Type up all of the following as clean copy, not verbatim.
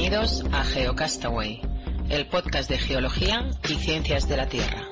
Bienvenidos a GeoCastaway, el podcast de geología y ciencias de la Tierra.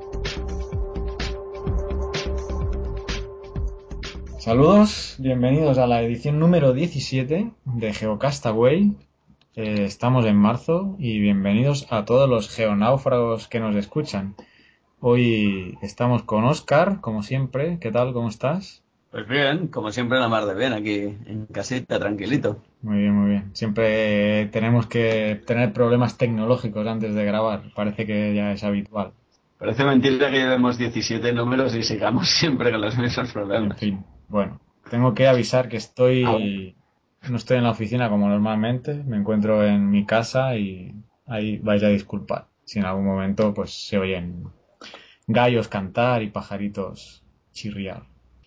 Saludos, bienvenidos a la edición número 17 de GeoCastaway. Estamos en marzo y bienvenidos a todos los geonáufragos que nos escuchan. Hoy estamos con Óscar, como siempre. ¿Qué tal? ¿Cómo estás? Pues bien, como siempre la mar de bien, aquí en casita, tranquilito. Muy bien, muy bien. Siempre tenemos que tener problemas tecnológicos antes de grabar. Parece que ya es habitual. Parece mentira que llevemos 17 números y sigamos siempre con los mismos En problemas. fin, bueno, tengo que avisar que no estoy en la oficina como normalmente. Me encuentro en mi casa y ahí vais a disculpar si en algún momento pues se oyen gallos cantar y pajaritos chirriar.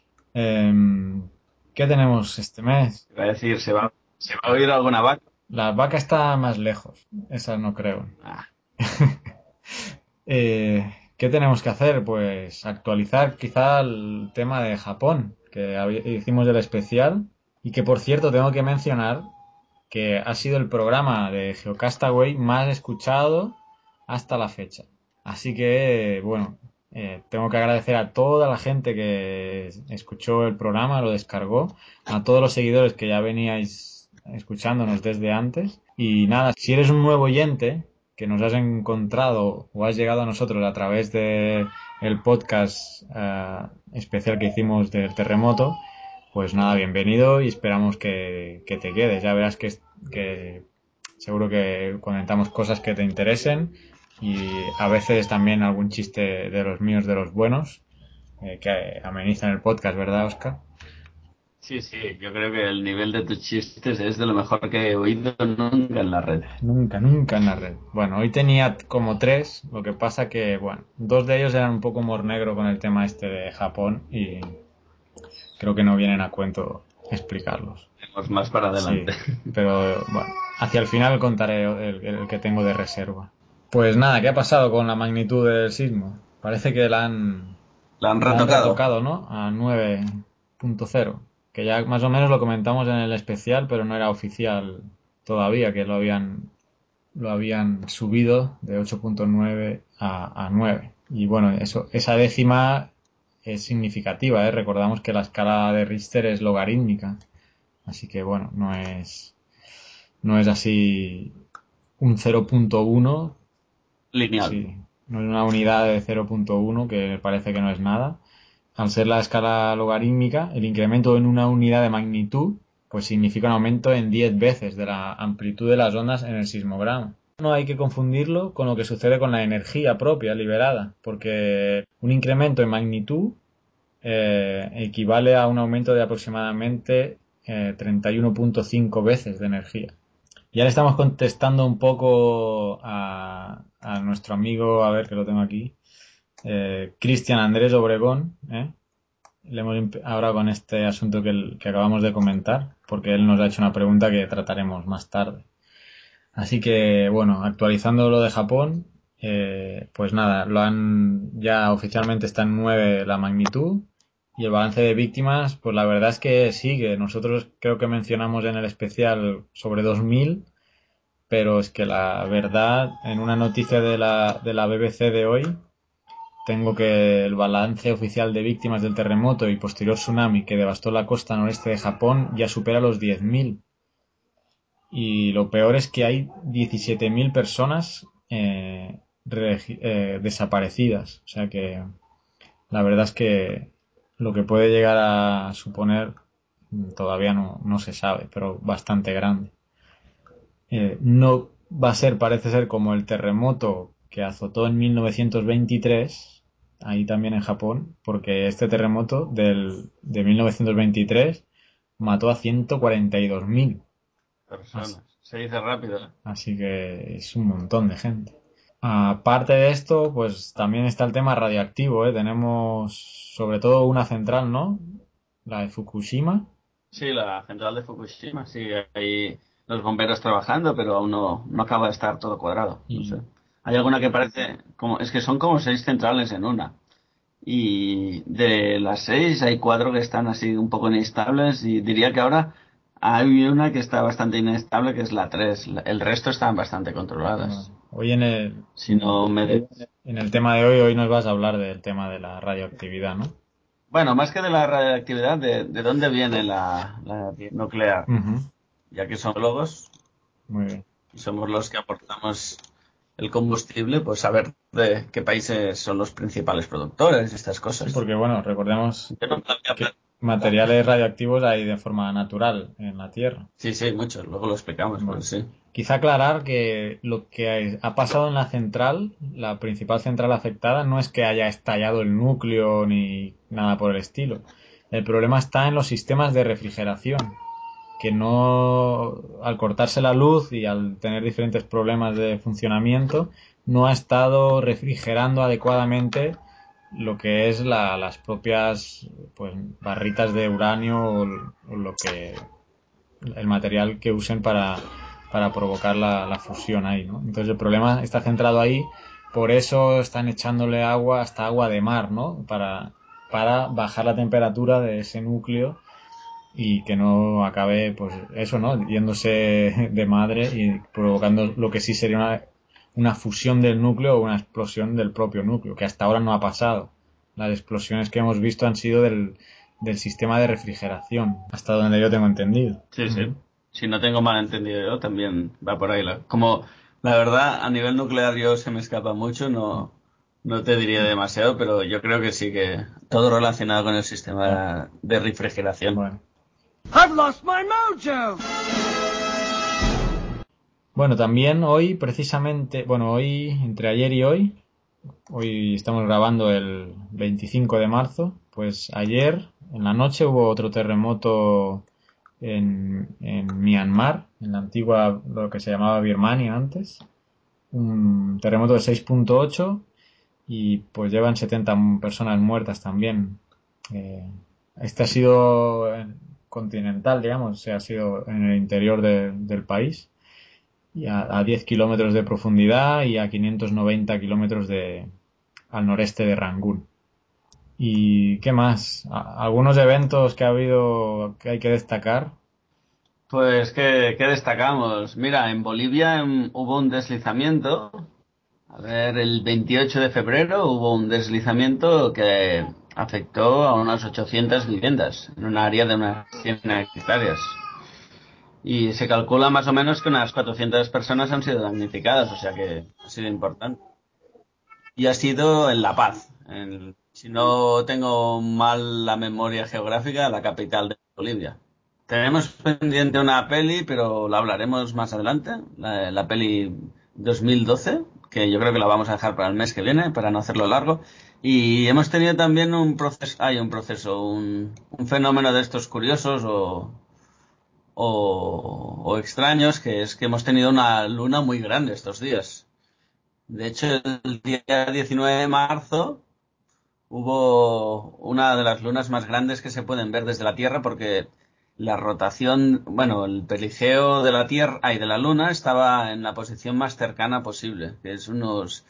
¿Qué tenemos este mes? Iba a decir, ¿se va a oír alguna vaca? La vaca está más lejos, esa no creo. Ah, ¿Qué tenemos que hacer? Pues actualizar quizá el tema de Japón, que hicimos el especial y que por cierto tengo que mencionar que ha sido el programa de GeoCastaway más escuchado hasta la fecha. Así que, bueno, tengo que agradecer a toda la gente que escuchó el programa, lo descargó, a todos los seguidores que ya veníais escuchándonos desde antes. Y nada, si eres un nuevo oyente que nos has encontrado o has llegado a nosotros a través de el podcast especial que hicimos del terremoto, pues nada, bienvenido y esperamos que te quedes. Ya verás que seguro que comentamos cosas que te interesen y a veces también algún chiste de los míos, de los buenos, que amenizan el podcast, ¿verdad, Oscar? sí, yo creo que el nivel de tus chistes es de lo mejor que he oído nunca en la red. Nunca, nunca en la red. Bueno, hoy tenía como tres, lo que pasa que, bueno, dos de ellos eran un poco humor negro con el tema este de Japón y creo que no vienen a cuento explicarlos. Tenemos más para Sí, adelante. pero bueno, hacia el final contaré el que tengo de reserva. Pues nada, ¿qué ha pasado con la magnitud del sismo? Parece que La han la han retocado. retocado, ¿no? A 9.0, que ya más o menos lo comentamos en el especial, pero no era oficial todavía, que lo habían subido de 8.9 a 9. Y bueno, esa décima es significativa, ¿eh? Recordamos que la escala de Richter es logarítmica. Así que bueno, no es así un 0.1, Lineal. sí, no es una unidad de 0.1 que parece que no es nada. Al ser la escala logarítmica, el incremento en una unidad de magnitud pues significa un aumento en 10 veces de la amplitud de las ondas en el sismograma. No hay que confundirlo con lo que sucede con la energía propia liberada, porque un incremento en magnitud equivale a un aumento de aproximadamente 31.5 veces de energía. Ya le estamos contestando un poco a nuestro amigo, a ver que lo tengo aquí, Cristian Andrés Obregón, ¿eh? Le hemos ahora con este asunto que acabamos de comentar, porque él nos ha hecho una pregunta que trataremos más tarde. Así que, bueno, actualizando lo de Japón, pues nada, ya oficialmente está en 9 la magnitud y el balance de víctimas, pues la verdad es que sigue. Nosotros creo que mencionamos en el especial sobre 2000, pero es que la verdad, en una noticia de la BBC de hoy, tengo que el balance oficial de víctimas del terremoto y posterior tsunami que devastó la costa noreste de Japón ya supera los 10.000. Y lo peor es que hay 17.000 personas desaparecidas. O sea que la verdad es que lo que puede llegar a suponer todavía no se sabe, pero bastante grande. No va a ser, parece ser, como el terremoto que azotó en 1923, ahí también en Japón, porque este terremoto de 1923 mató a 142.000. Personas. Se dice rápido, ¿eh? Así que es un montón de gente. Aparte de esto, pues también está el tema radioactivo, ¿eh? Tenemos sobre todo una central, ¿no? La de Fukushima. Sí, la central de Fukushima, sigue ahí los bomberos trabajando, pero aún no acaba de estar todo cuadrado. No sé. Y Hay alguna que parece como, es que son como 6 centrales en una. Y de las 6 hay 4 que están así un poco inestables y diría que ahora Hay una que está bastante inestable, que es la 3. El resto están bastante controladas. Bueno, hoy Si no me... en el tema de hoy nos vas a hablar del tema de la radioactividad, ¿no? Bueno, más que de la radioactividad, de dónde viene la nuclear. Ujú, Ya que son biólogos muy bien. y somos los que aportamos el combustible, pues saber de qué países son los principales productores y estas Sí, cosas. porque bueno, recordemos Yo no me había que planteado. materiales radioactivos hay de forma natural en la Tierra. Sí, sí, muchos, luego lo explicamos, pero Bueno, sí. quizá aclarar que lo que ha pasado en la central, la principal central afectada, no es que haya estallado el núcleo ni nada por el estilo. El problema está en los sistemas de refrigeración, que no, al cortarse la luz y al tener diferentes problemas de funcionamiento, no ha estado refrigerando adecuadamente lo que es las propias pues, barritas de uranio o lo que el material que usen para provocar la fusión ahí, ¿no? Entonces el problema está centrado ahí, por eso están echándole agua, hasta agua de mar, ¿no? Para bajar la temperatura de ese núcleo y que no acabe, pues eso, ¿no? Yéndose de madre y provocando lo que sí sería una fusión del núcleo o una explosión del propio núcleo, que hasta ahora no ha pasado. Las explosiones que hemos visto han sido del sistema de refrigeración, hasta donde yo tengo entendido. Sí, sí. Ujú. Si no tengo mal entendido yo, también va por ahí. Como la verdad, a nivel nuclear yo se me escapa mucho, no te diría demasiado, pero yo creo que sí que todo relacionado con el Ya. sistema de refrigeración. Bueno. Bueno, también hoy, precisamente, bueno, hoy, entre ayer y hoy estamos grabando el 25 de marzo, pues ayer en la noche hubo otro terremoto en Myanmar, en la antigua, lo que se llamaba Birmania antes, un terremoto de 6.8 y pues llevan 70 personas muertas también. Eh, este ha sido continental, digamos, o sea, ha sido en el interior del país y a 10 kilómetros de profundidad y a 590 kilómetros al noreste de Rangún. ¿Y qué más? Algunos eventos que ha habido que hay que destacar. Pues, ¿qué destacamos? Mira, en Bolivia hubo un deslizamiento. A ver, el 28 de febrero hubo un deslizamiento que afectó a unas 800 viviendas en un área de unas 100 hectáreas. Y se calcula más o menos que unas 400 personas han sido damnificadas, o sea que ha sido importante. Y ha sido en La Paz, si no tengo mal la memoria geográfica, la capital de Bolivia. Tenemos pendiente una peli, pero la hablaremos más adelante, la peli 2012, que yo creo que la vamos a dejar para el mes que viene, para no hacerlo largo. Y hemos tenido también un fenómeno de estos curiosos o extraños, que es que hemos tenido una luna muy grande estos días. De hecho, el día 19 de marzo hubo una de las lunas más grandes que se pueden ver desde la Tierra porque la rotación, bueno, el perigeo de la Tierra y de la Luna estaba en la posición más cercana posible, que es unos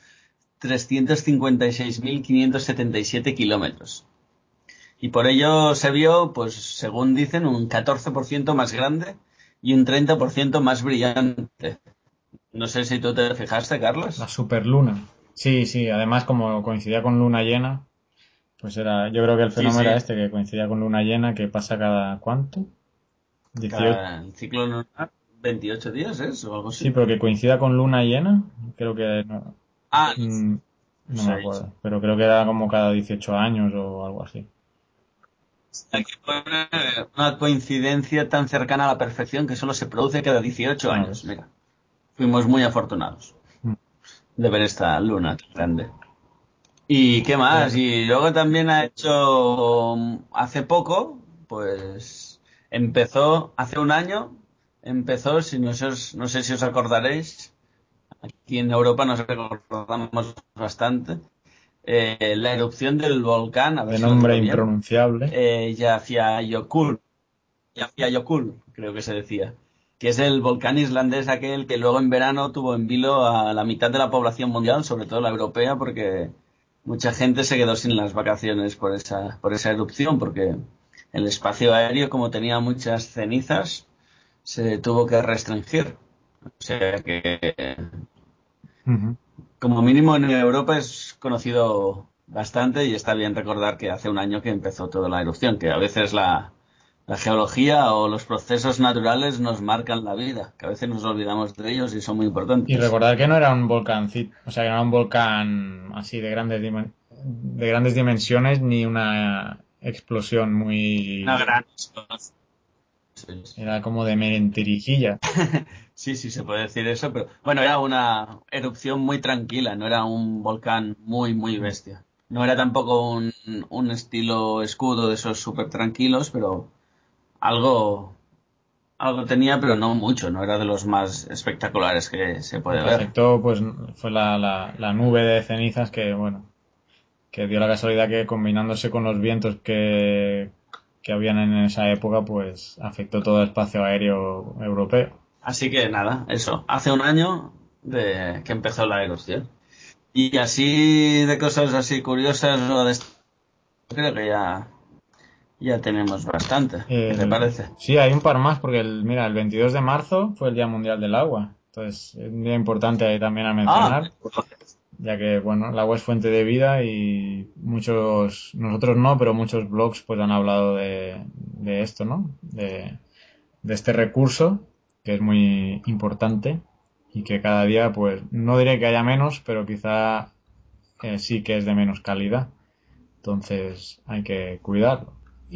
356.577 kilómetros. Y por ello se vio, pues según dicen, un 14% más grande y un 30% más brillante. No sé si tú te fijaste, La Carlos. superluna. Sí, sí, además como coincidía con luna llena, pues yo creo que el Sí, fenómeno era sí. este, que coincidía con luna llena, que pasa cada, ¿cuánto? 18. El ciclo lunar, 28 días es o algo Sí, así. pero que coincida con luna llena, creo que no, Ah, mm, no me 6. acuerdo, pero creo que era como cada 18 años o algo así. Aquí pone una coincidencia tan cercana a la perfección que solo se produce cada 18 A ver. años. Mira, fuimos muy afortunados Mm. de ver esta luna tan grande. ¿Y qué más? Bueno, Y luego también ha hecho, hace poco, pues empezó, hace un año, empezó, si no sé si os acordaréis, aquí en Europa nos recordamos bastante, la erupción del volcán, a ver de si lo nombre digo bien, impronunciable. Eyjafjallajökull, Eyjafjallajökull, creo que se decía, que es el volcán islandés aquel que luego en verano tuvo en vilo a la mitad de la población mundial, sobre todo la europea, porque mucha gente se quedó sin las vacaciones por esa erupción, porque el espacio aéreo, como tenía muchas cenizas, se tuvo que restringir. O sea que, Ujú. como mínimo en Europa es conocido bastante y está bien recordar que hace un año que empezó toda la erupción, que a veces la geología o los procesos naturales nos marcan la vida, que a veces nos olvidamos de ellos y son muy Y importantes. recordar que no era un volcán, o sea, que no era un volcán así de grandes dimensiones ni una explosión Una muy... gran explosión. Era como de merentirijilla. Sí, sí, se puede decir eso, pero bueno, era una erupción muy tranquila, no era un volcán muy, muy bestia. No era tampoco un estilo escudo de esos súper tranquilos, pero algo, algo tenía, pero no mucho, no era de los más espectaculares que se Lo puede que ver. afectó pues fue la nube de cenizas que, bueno, que dio la casualidad que combinándose con los vientos que habían en esa época, pues afectó todo el espacio aéreo europeo. Así que nada, eso, hace un año de que empezó la erupción. Y así de cosas así curiosas, creo que ya tenemos bastante. ¿Qué te parece? Sí, hay un par más, porque mira, el 22 de marzo fue el Día Mundial del Agua. Entonces, es un día importante ahí también a Ah, mencionar, ya que, bueno, el agua es fuente de vida y nosotros no, pero muchos blogs pues han hablado de esto, ¿no? De este recurso, que es muy importante y que cada día, pues, no diré que haya menos, pero quizá sí que es de menos calidad. Entonces hay que cuidarlo.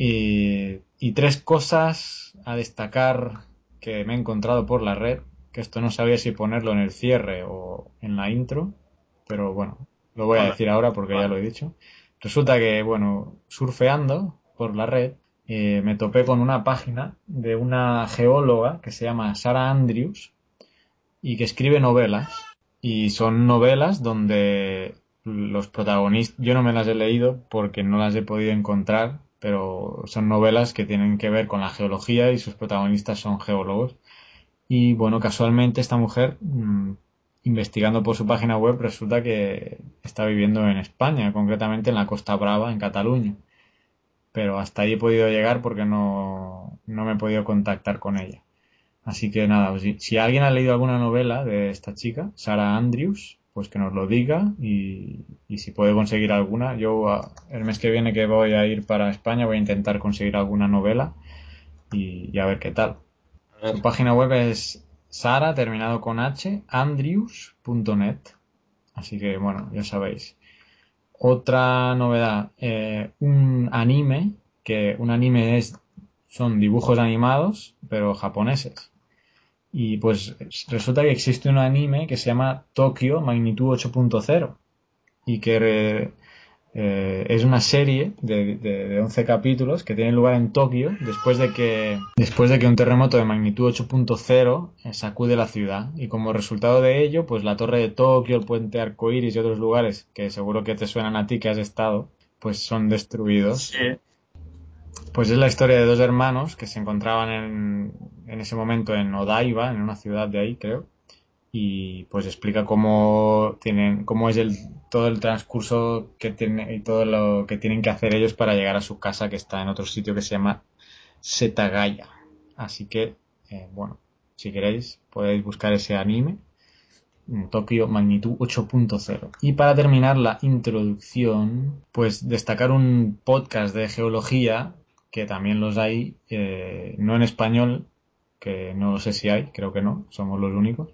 Y tres cosas a destacar que me he encontrado por la red, que esto no sabía si ponerlo en el cierre o en la intro, pero bueno, lo voy a hola. decir ahora porque ya lo he dicho. Resulta que, bueno, surfeando por la red, me topé con una página de una geóloga que se llama Sarah Andrews y que escribe novelas. Y son novelas donde los protagonistas, yo no me las he leído porque no las he podido encontrar, pero son novelas que tienen que ver con la geología y sus protagonistas son geólogos. Y bueno, casualmente esta mujer, investigando por su página web, resulta que está viviendo en España, concretamente en la Costa Brava, en Cataluña. Pero hasta ahí he podido llegar porque no me he podido contactar con ella. Así que nada, pues si alguien ha leído alguna novela de esta chica, Sarah Andrews, pues que nos lo diga y si puede conseguir alguna. Yo el mes que viene que voy a ir para España voy a intentar conseguir alguna novela y a ver qué tal. A Su ver. página web es Sarah, terminado con H, Andrews.net. Así que bueno, ya sabéis. Otra novedad, un anime son dibujos animados, pero japoneses. Y pues resulta que existe un anime que se llama Tokyo Magnitud 8.0 y que es una serie de 11 capítulos que tiene lugar en Tokio después de que un terremoto de magnitud 8.0 sacude la ciudad. Y como resultado de ello, pues la torre de Tokio, el puente Arcoíris y otros lugares que seguro que te suenan a ti que has estado, pues son destruidos. Sí. Pues es la historia de dos hermanos que se encontraban en ese momento en Odaiba, en una ciudad de ahí, creo, y pues explica cómo es todo el transcurso que tiene y todo lo que tienen que hacer ellos para llegar a su casa que está en otro sitio que se llama Setagaya. Así que, bueno, si queréis podéis buscar ese anime, Tokio Magnitud 8.0. Y para terminar la introducción, pues destacar un podcast de geología, que también los hay, no en español, que no lo sé si hay, creo que no, somos los únicos.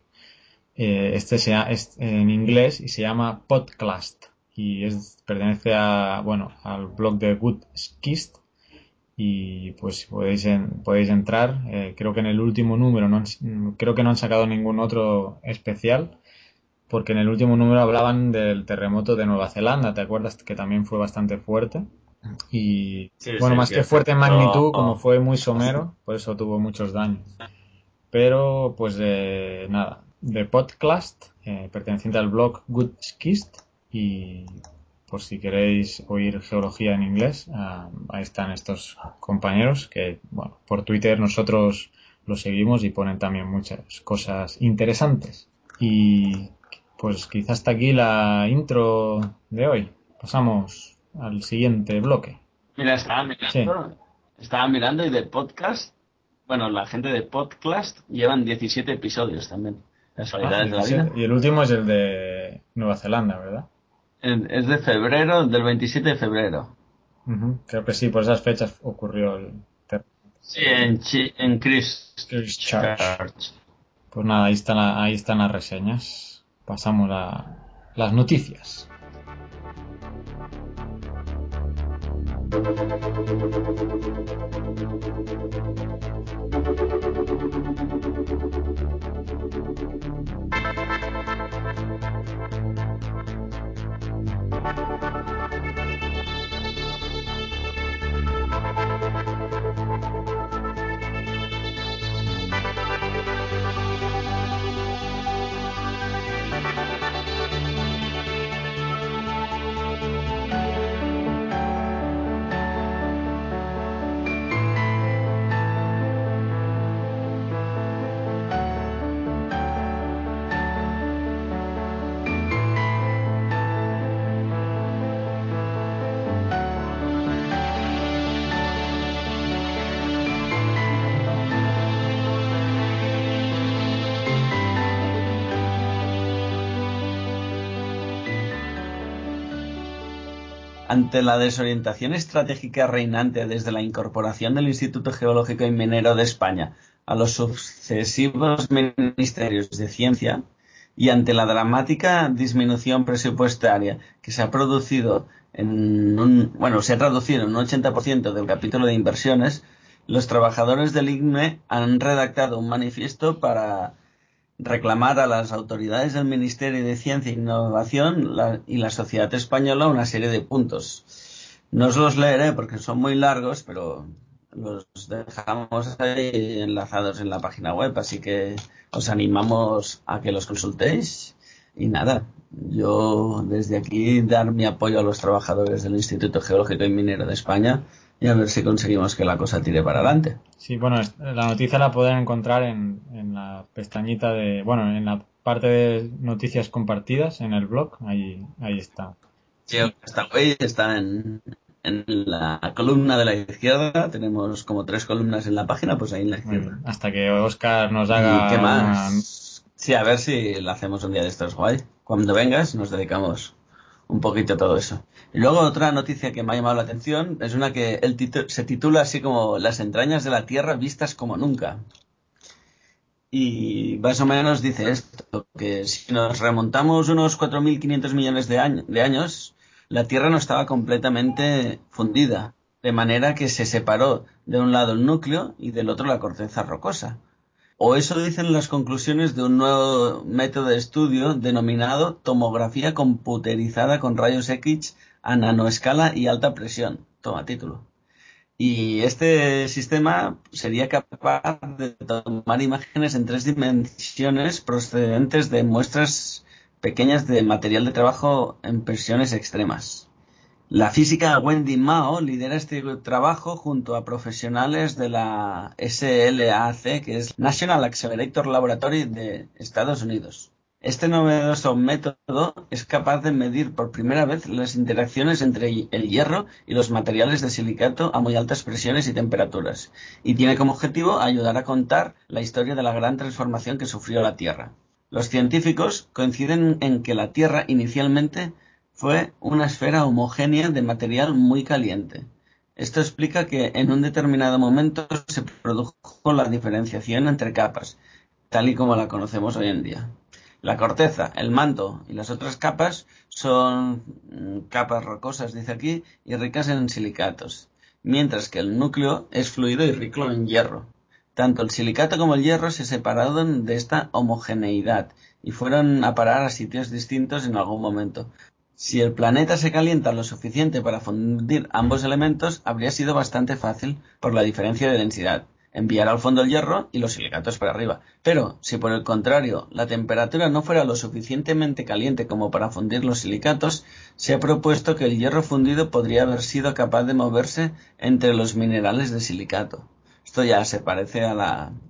Es en inglés y se llama Podcast y pertenece bueno, al blog de Good Skist y pues podéis entrar. Creo que en el último número creo que no han sacado ningún otro especial porque en el último número hablaban del terremoto de Nueva Zelanda, ¿te acuerdas? Que también fue bastante fuerte. Y Sí, bueno, sí, más que que fuerte en magnitud, como afectó. fue muy somero, por eso tuvo muchos daños. Pero pues nada, de podcast, perteneciente al blog Good Skist. Y por si queréis oír geología en inglés, ahí están estos compañeros que, bueno, por Twitter nosotros los seguimos y ponen también muchas cosas interesantes. Y pues quizás hasta aquí la intro de hoy. Pasamos al siguiente bloque. Mira, Sí. estaba mirando y de podcast. Bueno, la gente de Podcast llevan 17 episodios también. Casualidades de la 17. vida. Y el último es el de Nueva Zelanda, ¿verdad? Es de febrero, del 27 de febrero. Creo que sí, por esas fechas ocurrió el Sí, en Christchurch. Christchurch. Pues nada, ahí están las reseñas. Pasamos a las noticias. Ante la desorientación estratégica reinante desde la incorporación del Instituto Geológico y Minero de España a los sucesivos ministerios de Ciencia y ante la dramática disminución presupuestaria que se ha traducido en un 80% del capítulo de inversiones, los trabajadores del ICME han redactado un manifiesto para reclamar a las autoridades del Ministerio de Ciencia e Innovación y la sociedad española una serie de puntos. No os los leeré porque son muy largos, pero los dejamos ahí enlazados en la página web, así que os animamos a que los consultéis. Y nada, yo desde aquí dar mi apoyo a los trabajadores del Instituto Geológico y Minero de España y a ver si conseguimos que la cosa tire para adelante. Sí, bueno, la noticia la pueden encontrar en la pestañita en la parte de noticias compartidas en el blog, ahí está. Sí, está en la columna de la izquierda, tenemos como 3 columnas en la página, pues ahí en la izquierda. Hasta que Oscar nos ¿Y haga qué más? Sí, a ver si la hacemos un día de estos guay. Cuando vengas nos dedicamos un poquito a todo eso. Y luego otra noticia que me ha llamado la atención es una que se titula así como Las entrañas de la Tierra vistas como nunca. Y más o menos dice esto, que si nos remontamos unos 4.500 millones de años, la Tierra no estaba completamente fundida, de manera que se separó de un lado el núcleo y del otro la corteza rocosa. O eso dicen las conclusiones de un nuevo método de estudio denominado tomografía computerizada con rayos X a nanoescala y alta presión. Toma título. Y este sistema sería capaz de tomar imágenes en 3 dimensiones procedentes de muestras pequeñas de material de trabajo en presiones extremas. La física Wendy Mao lidera este trabajo junto a profesionales de la SLAC, que es National Accelerator Laboratory de Estados Unidos. Este novedoso método es capaz de medir por primera vez las interacciones entre el hierro y los materiales de silicato a muy altas presiones y temperaturas, y tiene como objetivo ayudar a contar la historia de la gran transformación que sufrió la Tierra. Los científicos coinciden en que la Tierra inicialmente fue una esfera homogénea de material muy caliente. Esto explica que en un determinado momento se produjo la diferenciación entre capas, tal y como la conocemos hoy en día. La corteza, el manto y las otras capas son capas rocosas, dice aquí, y ricas en silicatos, mientras que el núcleo es fluido y rico en hierro. Tanto el silicato como el hierro se separaron de esta homogeneidad y fueron a parar a sitios distintos en algún momento. Si el planeta se calienta lo suficiente para fundir ambos elementos, habría sido bastante fácil por la diferencia de densidad enviar al fondo el hierro y los silicatos para arriba. Pero, si por el contrario la temperatura no fuera lo suficientemente caliente como para fundir los silicatos, se ha propuesto que el hierro fundido podría haber sido capaz de moverse entre los minerales de silicato. Esto ya se parece a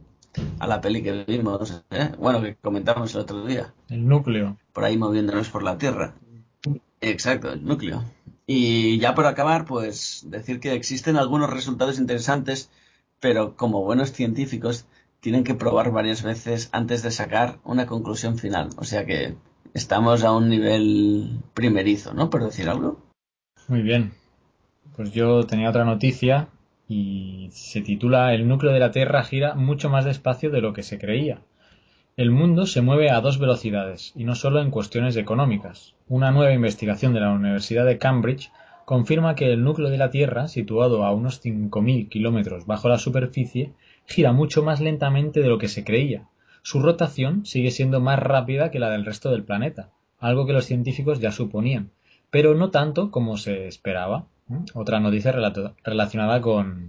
la peli que vimos, bueno, que comentamos el otro día. El núcleo. Por ahí moviéndonos por la Tierra. Exacto, el núcleo. Y ya por acabar, pues decir que existen algunos resultados interesantes pero como buenos científicos tienen que probar varias veces antes de sacar una conclusión final. O sea que estamos a un nivel primerizo, ¿no? Por decir algo. Muy bien. Pues yo tenía otra noticia y se titula El núcleo de la Tierra gira mucho más despacio de lo que se creía. El mundo se mueve a 2 velocidades, y no solo en cuestiones económicas. Una nueva investigación de la Universidad de Cambridge confirma que el núcleo de la Tierra, situado a unos 5.000 kilómetros bajo la superficie, gira mucho más lentamente de lo que se creía. Su rotación sigue siendo más rápida que la del resto del planeta, algo que los científicos ya suponían, pero no tanto como se esperaba. Otra noticia relacionada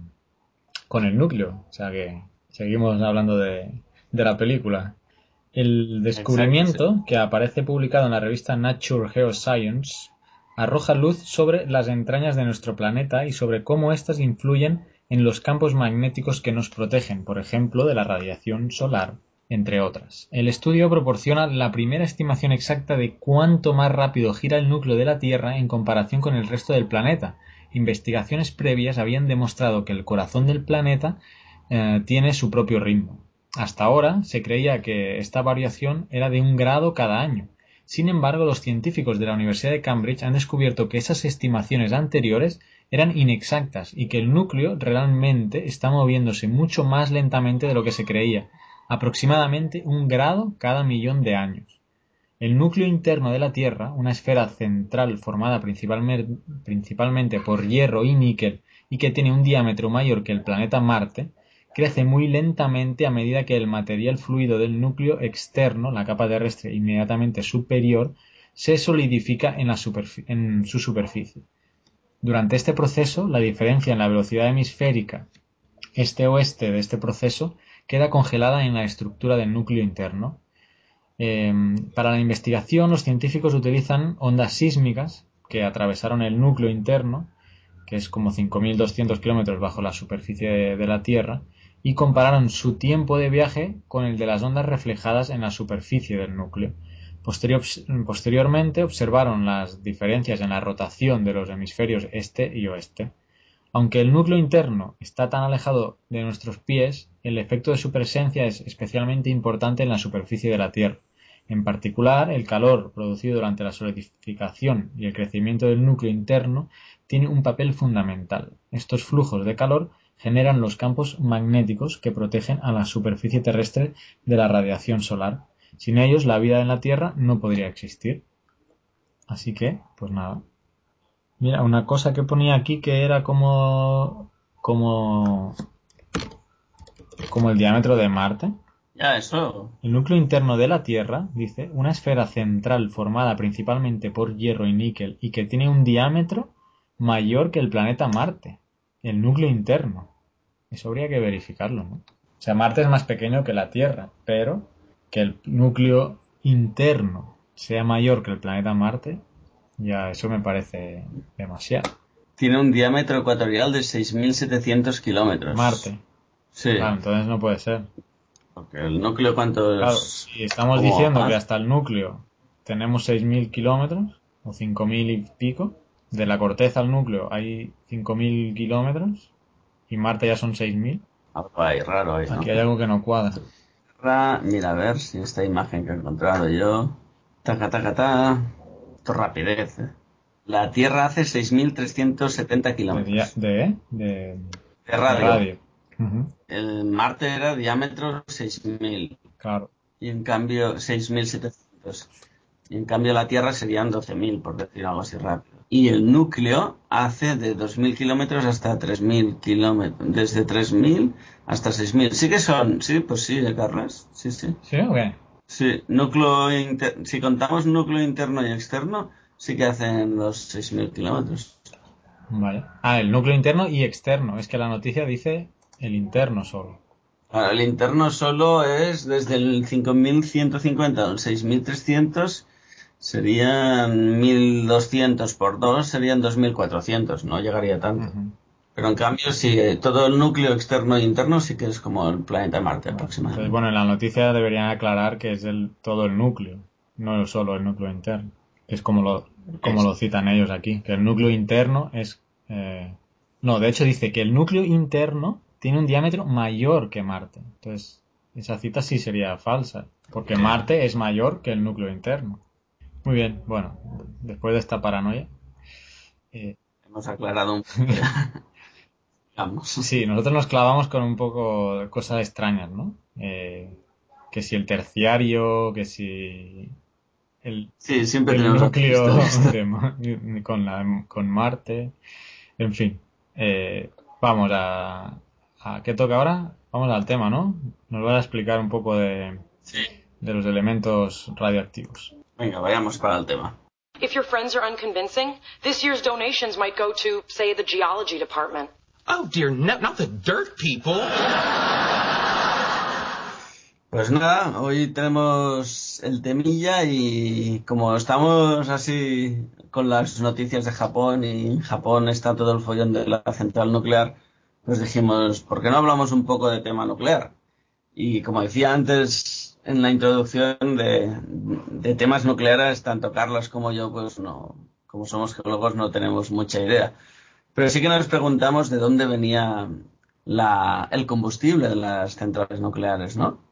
con el núcleo, o sea que seguimos hablando de la película. El Exacto, sí. descubrimiento, que aparece publicado en la revista Nature Geoscience, arroja luz sobre las entrañas de nuestro planeta y sobre cómo éstas influyen en los campos magnéticos que nos protegen, por ejemplo, de la radiación solar, entre otras. El estudio proporciona la primera estimación exacta de cuánto más rápido gira el núcleo de la Tierra en comparación con el resto del planeta. Investigaciones previas habían demostrado que el corazón del planeta tiene su propio ritmo. Hasta ahora se creía que esta variación era de 1 grado cada año. Sin embargo, los científicos de la Universidad de Cambridge han descubierto que esas estimaciones anteriores eran inexactas y que el núcleo realmente está moviéndose mucho más lentamente de lo que se creía, aproximadamente 1 grado cada millón de años. El núcleo interno de la Tierra, una esfera central formada principalmente por hierro y níquel y que tiene un diámetro mayor que el planeta Marte, crece muy lentamente a medida que el material fluido del núcleo externo, la capa terrestre inmediatamente superior, se solidifica en su superficie. Durante este proceso, la diferencia en la velocidad hemisférica este-oeste de este proceso queda congelada en la estructura del núcleo interno. Para la investigación, los científicos utilizan ondas sísmicas que atravesaron el núcleo interno, que es como 5.200 kilómetros bajo la superficie de la Tierra, y compararon su tiempo de viaje con el de las ondas reflejadas en la superficie del núcleo. Posteriormente observaron las diferencias en la rotación de los hemisferios este y oeste. Aunque el núcleo interno está tan alejado de nuestros pies, el efecto de su presencia es especialmente importante en la superficie de la Tierra. En particular, el calor producido durante la solidificación y el crecimiento del núcleo interno tiene un papel fundamental. Estos flujos de calor generan los campos magnéticos que protegen a la superficie terrestre de la radiación solar. Sin ellos, la vida en la Tierra no podría existir. Así que, pues nada. Mira, una cosa que ponía aquí que era como el diámetro de Marte. Ya, eso. El núcleo interno de la Tierra, dice, una esfera central formada principalmente por hierro y níquel y que tiene un diámetro mayor que el planeta Marte. El núcleo interno. Eso habría que verificarlo, ¿no? O sea, Marte es más pequeño que la Tierra, pero que el núcleo interno sea mayor que el planeta Marte, ya eso me parece demasiado. Tiene un diámetro ecuatorial de 6.700 kilómetros. Marte. Sí, Claro, entonces no puede ser. porque el núcleo, ¿cuánto Claro, es? si estamos Como, diciendo que hasta el núcleo tenemos 6.000 kilómetros, o 5.000 y pico, de la corteza al núcleo hay 5.000 kilómetros, y Marte ya son 6.000, algo ahí raro ahí, aquí ¿no? hay algo que no cuadra. Mira, a ver si esta imagen que he encontrado yo. Taca, taca, ta. Esto es rapidez, ¿eh? La Tierra hace 6.370 De, dia- kilómetros de, de, de de radio. radio. Ujú, El Marte era diámetro 6.000 claro. y en cambio 6.700. Y en cambio la Tierra serían 12.000, por decir algo así rápido. Y el núcleo hace de 2.000 kilómetros hasta 3.000 kilómetros. Desde 3.000 hasta 6.000. Sí que son, sí, pues sí, Carlos. Sí, sí. ¿Sí o qué? Sí, si contamos núcleo interno y externo, sí que hacen los 6.000 kilómetros. Vale. Ah, el núcleo interno y externo. Es que la noticia dice el interno solo. Ahora, el interno solo es desde el 5.150 al 6.300, serían 1.200 por 2, serían 2.400, no llegaría tanto. Ujú. Pero en cambio, sí, todo el núcleo externo e interno sí que es como el planeta Marte Vale. Entonces, aproximadamente. bueno, en la noticia deberían aclarar que es todo el núcleo, no solo el núcleo interno, que es como lo citan ellos aquí, que el núcleo interno es... no, de hecho dice que el núcleo interno tiene un diámetro mayor que Marte. Entonces, esa cita sí sería falsa, porque Marte es mayor que el núcleo interno. Muy bien, bueno, después de esta paranoia. Hemos aclarado un poco ya. Vamos. Sí, nosotros nos clavamos con un poco de cosas extrañas, ¿no? Que si el terciario, que si Sí, siempre el tenemos núcleo historias. con Marte, en fin. Vamos a... ¿Qué toca ahora? Vamos al tema, ¿no? Nos vas a explicar un poco Sí. de los elementos radioactivos. Venga, vayamos para el tema. If your friends are unconvincing, this year's donations might go to, say, the geology department. Oh dear, no, not the dirt people. Pues nada, hoy tenemos el temilla y como estamos así con las noticias de Japón y en Japón está todo el follón de la central nuclear, pues dijimos, ¿por qué no hablamos un poco de tema nuclear? Y como decía antes en la introducción de temas nucleares, tanto Carlos como yo, pues no, como somos geólogos no tenemos mucha idea. Pero sí que nos preguntamos de dónde venía el combustible de las centrales nucleares, ¿no?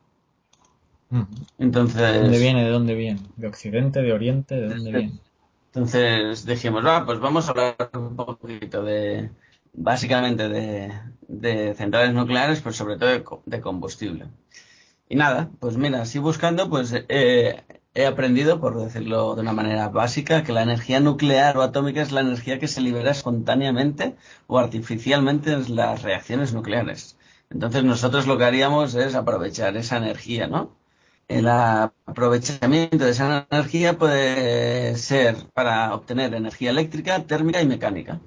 ¿De dónde Entonces, viene? ¿De dónde viene? ¿De Occidente? ¿De Oriente? ¿De dónde viene? entonces dijimos, pues vamos a hablar un poquito básicamente de centrales nucleares, pero sobre todo de combustible. Y nada, pues mira, así buscando, pues he aprendido, por decirlo de una manera básica, que la energía nuclear o atómica es la energía que se libera espontáneamente o artificialmente en las reacciones nucleares. Entonces nosotros lo que haríamos es aprovechar esa energía, ¿no? El aprovechamiento de esa energía puede ser para obtener energía eléctrica, térmica y mecánica.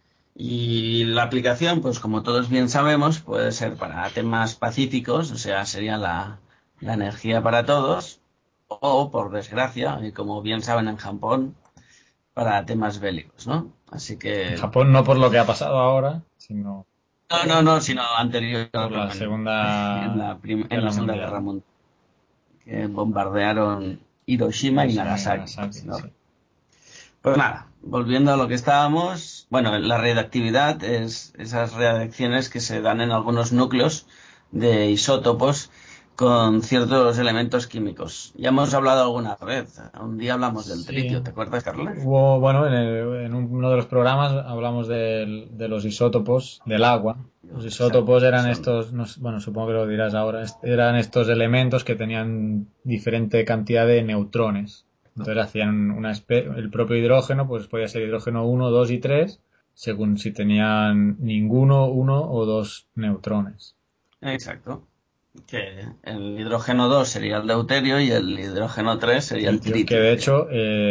Y la aplicación, pues como todos bien sabemos, puede ser para temas pacíficos, o sea, sería la energía para todos, o por desgracia, y como bien saben en Japón, para temas bélicos, ¿no? Así En que, Japón no por lo que ha pasado ahora, sino no, sino por la anteriormente, Segunda en la Guerra Segunda Guerra Mundial. Mundial, que bombardearon Hiroshima y Hiroshima y Nagasaki. Nagasaki, ¿No? sí. Pues nada, volviendo a lo que estábamos, bueno, la radioactividad es esas reacciones que se dan en algunos núcleos de isótopos con ciertos elementos químicos. Ya hemos hablado alguna vez, un día hablamos del Sí. tritio, ¿te acuerdas, Carlos? Bueno, en uno de los programas hablamos de los isótopos del agua. Los Exacto, isótopos que eran son. estos, bueno, supongo que lo dirás ahora, eran estos elementos que tenían diferente cantidad de neutrones. Entonces hacían el propio hidrógeno, pues podía ser hidrógeno 1, 2 y 3, según si tenían ninguno, uno o dos neutrones. Exacto. Que el hidrógeno 2 sería el deuterio y el hidrógeno 3 sería el Tritio, que tritio. de hecho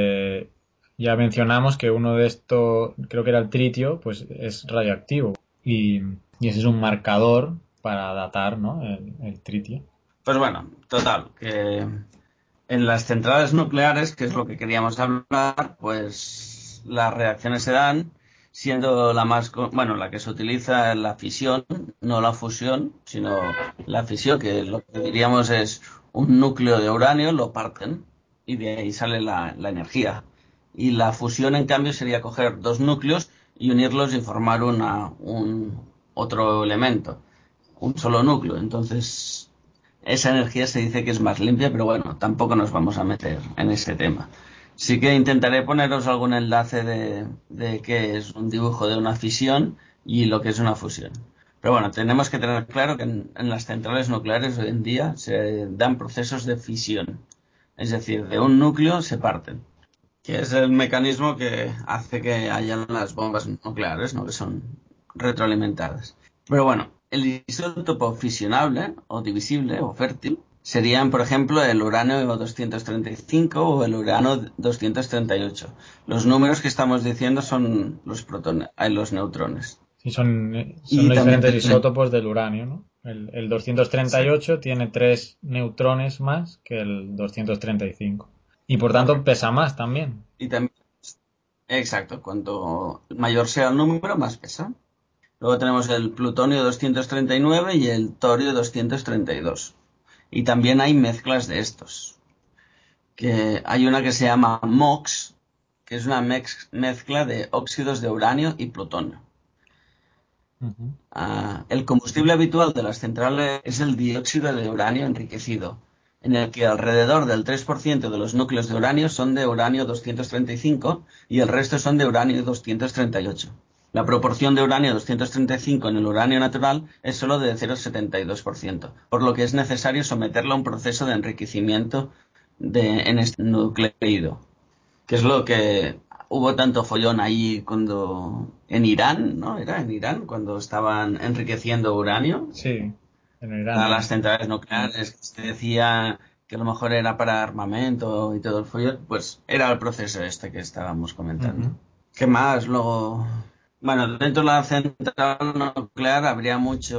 ya mencionamos que uno de estos, creo que era el tritio, pues es radioactivo. Y ese es un marcador para datar, ¿no? El tritio. Pues bueno, total, que en las centrales nucleares, que es lo que queríamos hablar, pues las reacciones se dan siendo bueno, la que se utiliza es la fisión, no la fusión, sino la fisión, que lo que diríamos es un núcleo de uranio, lo parten y de ahí sale la energía. Y la fusión, en cambio, sería coger dos núcleos y unirlos y formar un otro elemento, un solo núcleo. Entonces, esa energía se dice que es más limpia, pero bueno, tampoco nos vamos a meter en ese tema. Sí que intentaré poneros algún enlace de qué es un dibujo de una fisión y lo que es una fusión. Pero bueno, tenemos que tener claro que en las centrales nucleares hoy en día se dan procesos de fisión. Es decir, de un núcleo se parten, que es el mecanismo que hace que hayan las bombas nucleares, ¿no? Que son retroalimentadas. Pero bueno, el isótopo fisionable o divisible o fértil serían, por ejemplo, el uranio 235 o el uranio 238. Los números que estamos diciendo son los protones, los neutrones. Sí, son Y los también diferentes isótopos del uranio, ¿no? El 238 tiene tres neutrones más que el 235. Y por tanto correcto. pesa más también. Y también, exacto, cuanto mayor sea el número, más pesa. Luego tenemos el plutonio 239 y el torio 232. Y también hay mezclas de estos. Que hay una que se llama MOX, que es una mezcla de óxidos de uranio y plutonio. Ujú. El combustible habitual de las centrales es el dióxido de uranio enriquecido, en el que alrededor del 3% de los núcleos de uranio son de uranio 235 y el resto son de uranio 238. La proporción de uranio 235 en el uranio natural es solo de 0,72%, por lo que es necesario someterlo a un proceso de enriquecimiento en este nucleido, que es lo que hubo tanto follón ahí cuando en Irán, ¿no? Era en Irán cuando estaban enriqueciendo uranio Sí, en a Irán. las centrales nucleares, que se decía que a lo mejor era para armamento y todo el follón, pues era el proceso este que estábamos comentando. Ujú. ¿Qué más? Luego, bueno, dentro de la central nuclear habría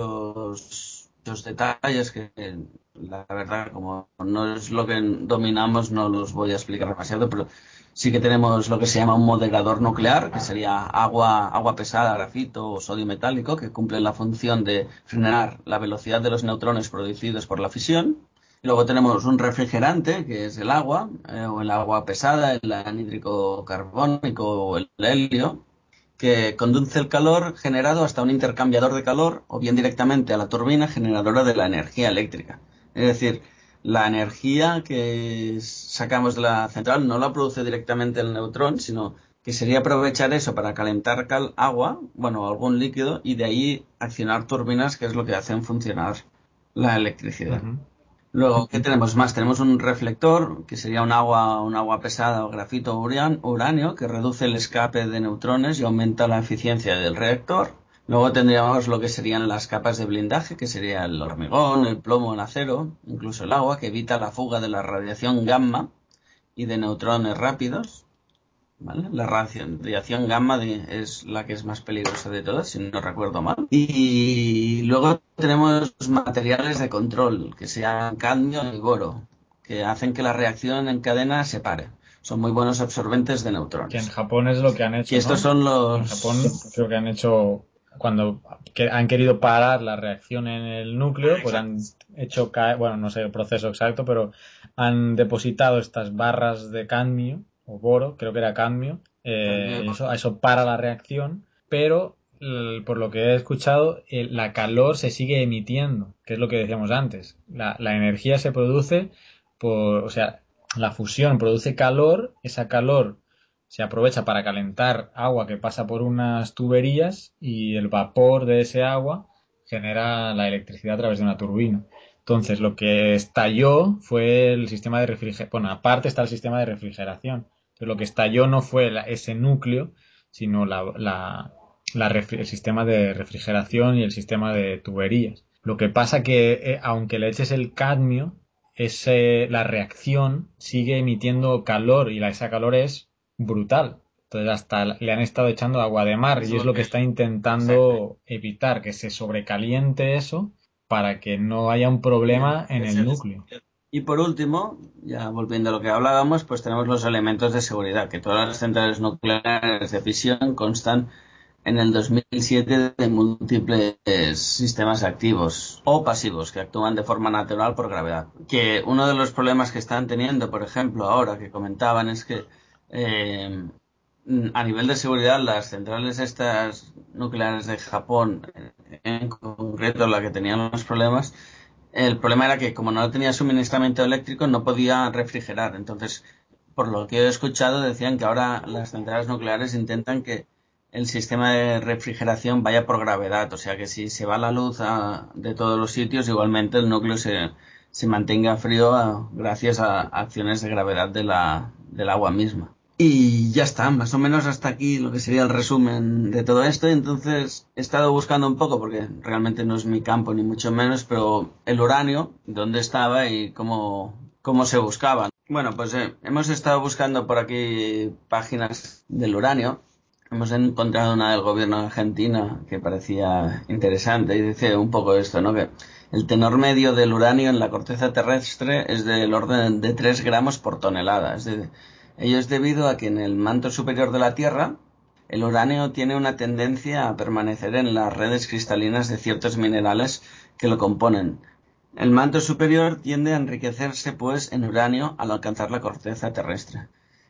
muchos detalles que la verdad, como no es lo que dominamos, no los voy a explicar demasiado, pero sí que tenemos lo que se llama un moderador nuclear, que sería agua pesada, grafito o sodio metálico, que cumple la función de frenar la velocidad de los neutrones producidos por la fisión. Luego tenemos un refrigerante, que es el agua, o el agua pesada, el anhídrico carbónico o el helio, que conduce el calor generado hasta un intercambiador de calor o bien directamente a la turbina generadora de la energía eléctrica. Es decir, la energía que sacamos de la central no la produce directamente el neutrón, sino que sería aprovechar eso para calentar agua, bueno, algún líquido, y de ahí accionar turbinas, que es lo que hacen funcionar la electricidad. Ujú. Luego, ¿qué tenemos más? Tenemos un reflector, que sería un agua pesada o grafito uranio, que reduce el escape de neutrones y aumenta la eficiencia del reactor. Luego tendríamos lo que serían las capas de blindaje, que sería el hormigón, el plomo, el acero, incluso el agua, que evita la fuga de la radiación gamma y de neutrones rápidos. ¿Vale? La radiación gamma es la que es más peligrosa de todas, si no recuerdo mal. Y luego tenemos materiales de control, que sean cadmio y boro, que hacen que la reacción en cadena se pare. Son muy buenos absorbentes de Que en neutrones. Japón es lo que han Que hecho, estos ¿no? son En Japón los... creo que han hecho, cuando han querido parar la reacción en el núcleo, pues han hecho caer, bueno, no sé el proceso exacto, pero han depositado estas barras de cadmio o boro, creo que era cadmio, y eso para la reacción, pero por lo que he escuchado, la calor se sigue emitiendo, que es lo que decíamos antes. La energía se produce o sea, la fusión produce calor, esa calor se aprovecha para calentar agua que pasa por unas tuberías y el vapor de ese agua genera la electricidad a través de una turbina. Entonces, lo que estalló fue el sistema de refrigeración. Bueno, aparte está el sistema de refrigeración. Entonces, lo que estalló no fue ese núcleo, sino el sistema de refrigeración y el sistema de tuberías. Lo que pasa que, aunque le eches el cadmio, la reacción sigue emitiendo calor y esa calor es brutal. Entonces hasta le han estado echando agua de mar y es lo que está Exacto. intentando evitar, que se sobrecaliente eso para que no haya un Bien, problema en es el el- núcleo. Y por último, ya volviendo a lo que hablábamos, pues tenemos los elementos de seguridad, que todas las centrales nucleares de fisión constan en el 2007 de múltiples sistemas activos o pasivos que actúan de forma natural por gravedad. Que uno de los problemas que están teniendo, por ejemplo, ahora que comentaban, es que eh, a nivel de seguridad las centrales estas nucleares de Japón, en concreto la que tenían los problemas, el problema era que como no tenía suministramiento eléctrico no podía refrigerar. Entonces, por lo que he escuchado, decían que ahora las centrales nucleares intentan que el sistema de refrigeración vaya por gravedad. O sea que si se va la luz de todos los sitios, igualmente el núcleo se mantenga frío gracias a acciones de gravedad del agua misma. Y ya está, más o menos hasta aquí lo que sería el resumen de todo esto. Entonces he estado buscando un poco, porque realmente no es mi campo ni mucho menos, pero el uranio, dónde estaba y cómo se buscaba. Bueno, pues hemos estado buscando por aquí páginas del uranio. Hemos encontrado una del gobierno de Argentina que parecía interesante y dice un poco esto, ¿no? Que el tenor medio del uranio en la corteza terrestre es del orden de 3 gramos por tonelada. Ello es debido a que en el manto superior de la Tierra el uranio tiene una tendencia a permanecer en las redes cristalinas de ciertos minerales que lo componen. El manto superior tiende a enriquecerse, pues, en uranio al alcanzar la corteza terrestre.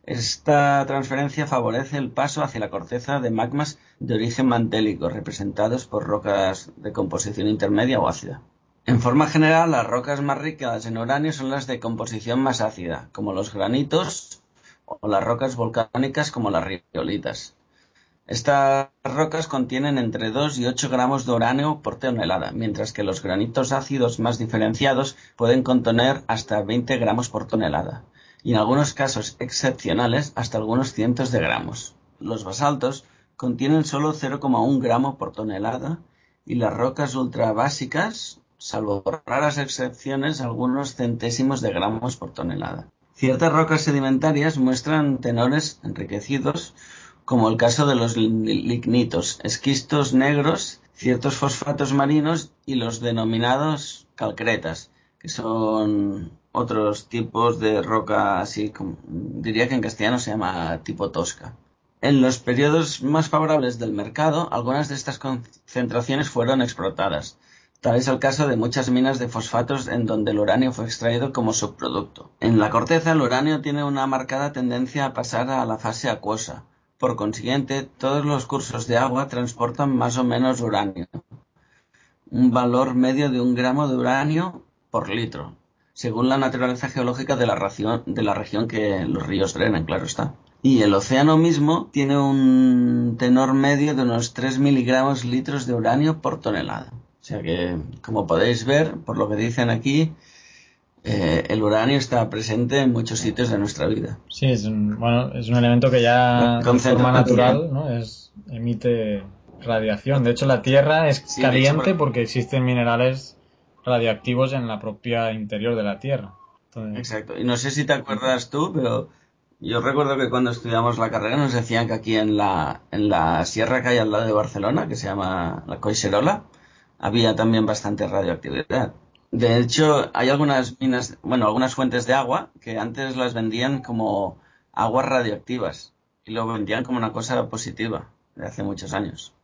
Esta transferencia favorece el paso hacia la corteza de magmas de origen mantélico, representados por rocas de composición intermedia o ácida. En forma general, las rocas más ricas en uranio son las de composición más ácida, como los granitos o las rocas volcánicas como las riolitas. Estas rocas contienen entre 2 y 8 gramos de uranio por tonelada, mientras que los granitos ácidos más diferenciados pueden contener hasta 20 gramos por tonelada, y en algunos casos excepcionales hasta algunos cientos de gramos. Los basaltos contienen solo 0,1 gramo por tonelada y las rocas ultrabásicas, salvo raras excepciones, algunos centésimos de gramos por tonelada. Ciertas rocas sedimentarias muestran tenores enriquecidos, como el caso de los lignitos, esquistos negros, ciertos fosfatos marinos y los denominados calcretas, que son otros tipos de roca así, como, diría que en castellano se llama tipo tosca. En los periodos más favorables del mercado, algunas de estas concentraciones fueron explotadas. Tal es el caso de muchas minas de fosfatos en donde el uranio fue extraído como subproducto. En la corteza, el uranio tiene una marcada tendencia a pasar a la fase acuosa. Por consiguiente, todos los cursos de agua transportan más o menos uranio, un valor medio de 1 gramo de uranio por litro, según la naturaleza geológica de la región que los ríos drenan, claro está. Y el océano mismo tiene un tenor medio de unos 3 miligramos litros de uranio por tonelada. O sea que, como podéis ver, por lo que dicen aquí, el uranio está presente en muchos sitios de nuestra vida. Sí, es un elemento que ya de forma natural, ¿no? Emite radiación. De hecho, la Tierra es caliente porque existen minerales radioactivos en la propia interior de la Tierra. Entonces... Exacto. Y no sé si te acuerdas tú, pero yo recuerdo que cuando estudiamos la carrera nos decían que aquí en la sierra que hay al lado de Barcelona, que se llama la Collserola, había también bastante radioactividad. De hecho, hay algunas minas, algunas fuentes de agua que antes las vendían como aguas radioactivas y lo vendían como una cosa positiva de hace muchos años.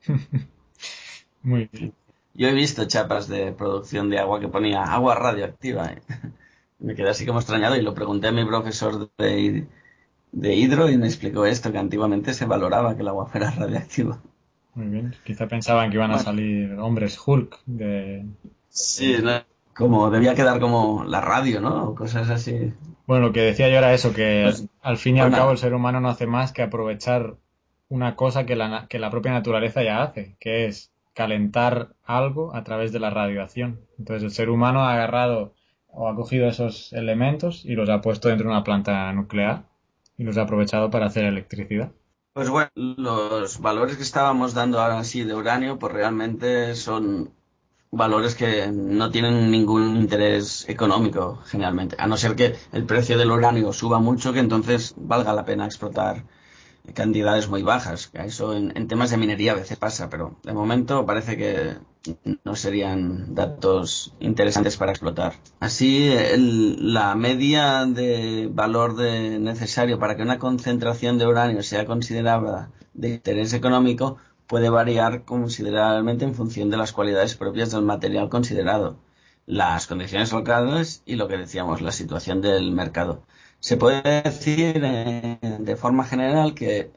Muy bien. Yo he visto chapas de producción de agua que ponía agua radioactiva. Me quedé así como extrañado y lo pregunté a mi profesor de hidro y me explicó esto, que antiguamente se valoraba que el agua fuera radioactiva. Muy bien. Quizá pensaban que iban a salir hombres Hulk Sí, ¿no? Como debía quedar como la radio, ¿no? O cosas así. Bueno, lo que decía yo era eso, que al fin y al cabo el ser humano no hace más que aprovechar una cosa que la propia naturaleza ya hace, que es calentar algo a través de la radiación. Entonces el ser humano ha agarrado o ha cogido esos elementos y los ha puesto dentro de una planta nuclear y los ha aprovechado para hacer electricidad. Pues bueno, los valores que estábamos dando ahora sí de uranio, pues realmente son valores que no tienen ningún interés económico generalmente, a no ser que el precio del uranio suba mucho, que entonces valga la pena explotar cantidades muy bajas. Eso en temas de minería a veces pasa, pero de momento parece que no serían datos interesantes para explotar. Así, la media de valor necesario para que una concentración de uranio sea considerada de interés económico puede variar considerablemente en función de las cualidades propias del material considerado, las condiciones locales y lo que decíamos, la situación del mercado. Se puede decir de forma general que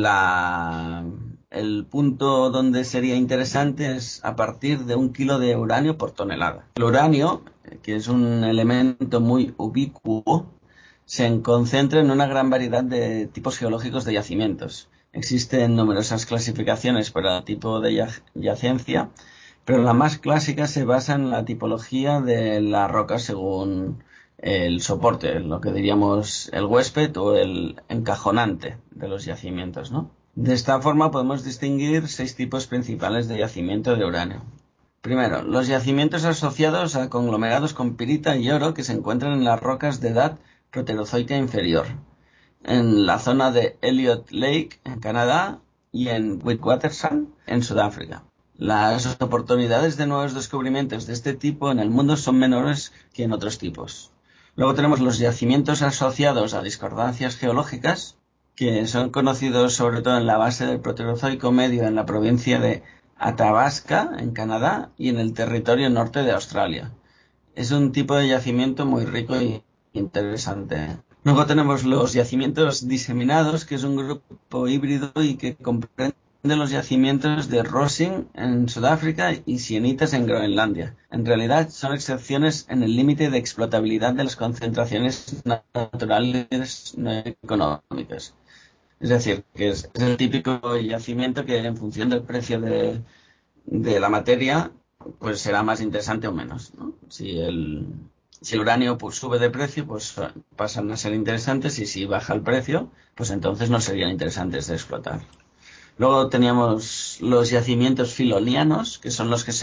el punto donde sería interesante es a partir de 1 kilo de uranio por tonelada. El uranio, que es un elemento muy ubicuo, se concentra en una gran variedad de tipos geológicos de yacimientos. Existen numerosas clasificaciones para el tipo de yacencia, pero la más clásica se basa en la tipología de la roca según el soporte, lo que diríamos el huésped o el encajonante de los yacimientos, ¿no? De esta forma podemos distinguir 6 tipos principales de yacimiento de uranio. Primero, los yacimientos asociados a conglomerados con pirita y oro que se encuentran en las rocas de edad proterozoica inferior, en la zona de Elliot Lake, en Canadá, y en Witwatersrand, en Sudáfrica. Las oportunidades de nuevos descubrimientos de este tipo en el mundo son menores que en otros tipos. Luego tenemos los yacimientos asociados a discordancias geológicas, que son conocidos sobre todo en la base del Proterozoico medio en la provincia de Athabasca, en Canadá, y en el territorio norte de Australia. Es un tipo de yacimiento muy rico y interesante. Luego tenemos los yacimientos diseminados, que es un grupo híbrido y que comprende los yacimientos de Rosing en Sudáfrica y sienitas en Groenlandia. En realidad son excepciones en el límite de explotabilidad de las concentraciones naturales no económicas. Es decir, que es el típico yacimiento que en función del precio de la materia, pues será más interesante o menos, ¿no? Si el uranio pues, sube de precio, pues pasan a ser interesantes, y si baja el precio, pues entonces no serían interesantes de explotar. Luego teníamos los yacimientos filonianos, que son los que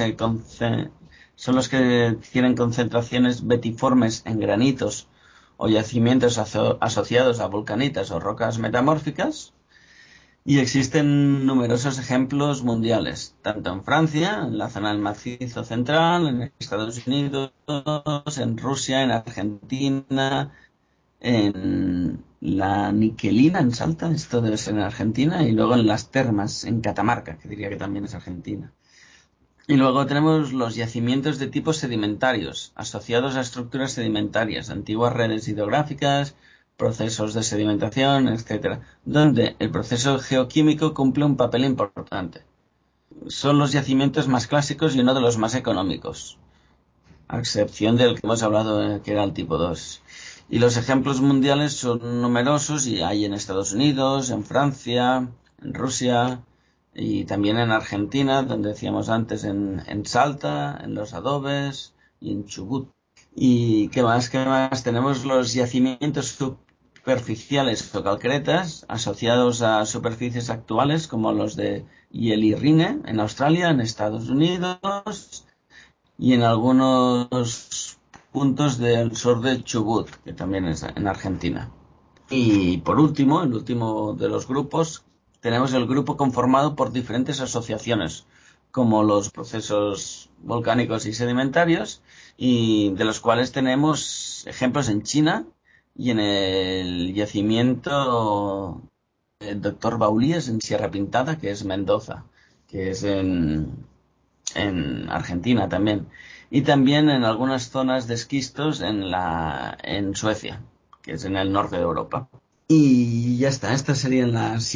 tienen concentraciones betiformes en granitos o yacimientos asociados a vulcanitas o rocas metamórficas. Y existen numerosos ejemplos mundiales, tanto en Francia, en la zona del Macizo Central, en Estados Unidos, en Rusia, en Argentina, en la Niquelina, en Salta, esto debe ser en Argentina, y luego en las Termas, en Catamarca, que diría que también es Argentina. Y luego tenemos los yacimientos de tipo sedimentarios, asociados a estructuras sedimentarias, antiguas redes hidrográficas, procesos de sedimentación, etcétera, donde el proceso geoquímico cumple un papel importante. Son los yacimientos más clásicos y uno de los más económicos, a excepción del que hemos hablado, que era el tipo 2. Y los ejemplos mundiales son numerosos y hay en Estados Unidos, en Francia, en Rusia y también en Argentina, donde decíamos antes, en Salta, en Los Adobes y en Chubut. ¿Y qué más? Tenemos los yacimientos superficiales o calcretas asociados a superficies actuales como los de Yellirrine en Australia, en Estados Unidos y en algunos puntos del sur de Chubut, que también es en Argentina. Y por último, el último de los grupos, tenemos el grupo conformado por diferentes asociaciones, como los procesos volcánicos y sedimentarios, y de los cuales tenemos ejemplos en China y en el yacimiento del Dr. Baulíes en Sierra Pintada, que es Mendoza, que es en Argentina también, y también en algunas zonas de esquistos en Suecia, que es en el norte de Europa. Y ya está, estas serían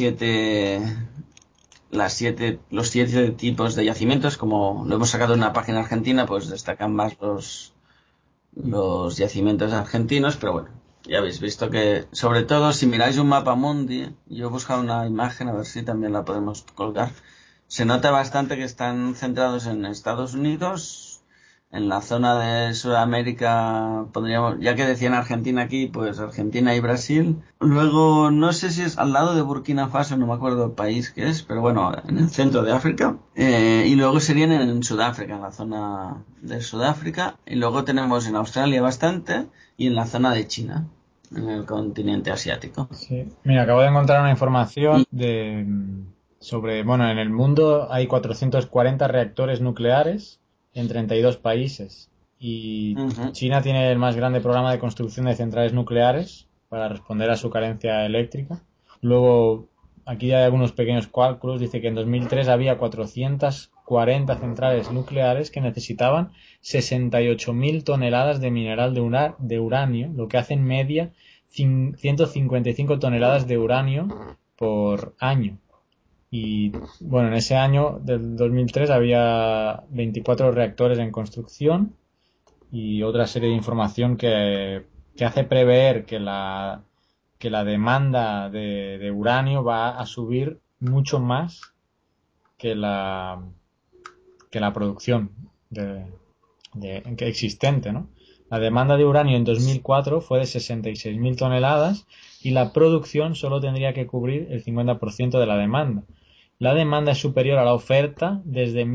los siete tipos de yacimientos. Como lo hemos sacado en una página argentina, pues destacan más los yacimientos argentinos, pero bueno, ya habéis visto que, sobre todo, si miráis un mapa mundi, yo he buscado una imagen, a ver si también la podemos colgar. Se nota bastante que están centrados en Estados Unidos, en la zona de Sudamérica, podríamos, ya que decían Argentina aquí, pues Argentina y Brasil. Luego, no sé si es al lado de Burkina Faso, no me acuerdo el país que es, pero bueno, en el centro de África. Y luego serían en Sudáfrica, en la zona de Sudáfrica. Y luego tenemos en Australia bastante y en la zona de China, en el continente asiático. Sí. Mira, acabo de encontrar una información sobre, bueno, en el mundo hay 440 reactores nucleares en 32 países y China tiene el más grande programa de construcción de centrales nucleares para responder a su carencia eléctrica. Luego, aquí hay algunos pequeños cálculos, dice que en 2003 había 440 centrales nucleares que necesitaban 68.000 toneladas de mineral de uranio, lo que hace en media 155 toneladas de uranio por año. Y bueno, en ese año del 2003 había 24 reactores en construcción y otra serie de información que hace prever que la demanda de uranio va a subir mucho más que la producción existente, ¿no? La demanda de uranio en 2004 fue de 66.000 toneladas y la producción solo tendría que cubrir el 50% de la demanda. La demanda es superior a la oferta desde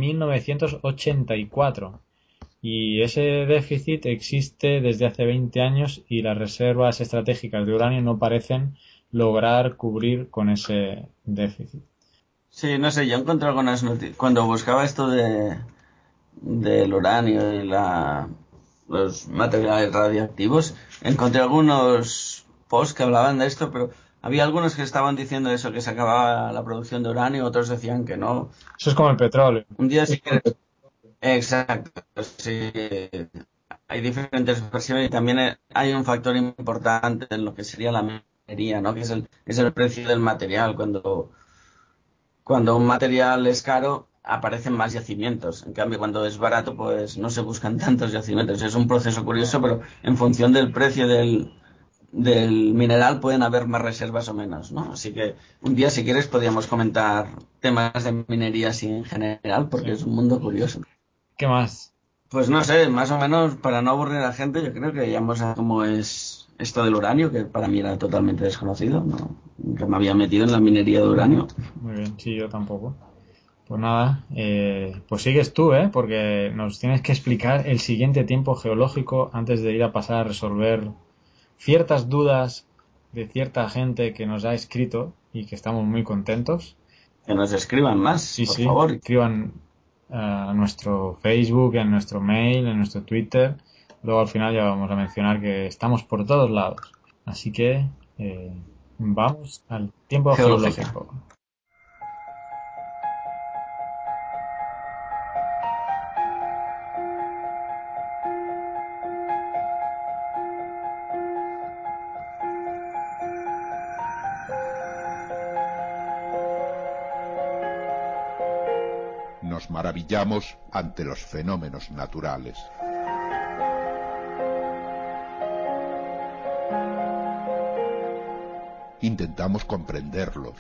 1984 y ese déficit existe desde hace 20 años y las reservas estratégicas de uranio no parecen lograr cubrir con ese déficit. Sí, no sé, yo encontré algunas noticias. Cuando buscaba esto del uranio y los materiales radiactivos, encontré algunos posts que hablaban de esto, pero había algunos que estaban diciendo eso, que se acababa la producción de uranio, otros decían que no. Eso es como el petróleo. Un día sí que... Exacto, sí. hay diferentes versiones y también hay un factor importante en lo que sería la minería, ¿no? Que es el precio del material. Cuando un material es caro, aparecen más yacimientos. En cambio, cuando es barato, pues no se buscan tantos yacimientos. Es un proceso curioso, pero en función del precio del mineral pueden haber más reservas o menos, ¿no? Así que un día, si quieres, podríamos comentar temas de minería así en general, porque es un mundo curioso. ¿Qué más? Pues no sé, más o menos, para no aburrir a la gente, yo creo que ya hemos sabido cómo es esto del uranio, que para mí era totalmente desconocido, ¿no? Nunca me había metido en la minería de uranio. Muy bien, sí, yo tampoco. Pues nada, pues sigues tú, ¿eh? Porque nos tienes que explicar el siguiente tiempo geológico antes de ir a pasar a resolver ciertas dudas de cierta gente que nos ha escrito y que estamos muy contentos. Que nos escriban más, Sí, por sí, favor. escriban a nuestro Facebook, en nuestro mail, en nuestro Twitter. Luego al final ya vamos a mencionar que estamos por todos lados. Así que vamos al tiempo Geológica. geológico. Nos maravillamos ante los fenómenos naturales. Intentamos comprenderlos.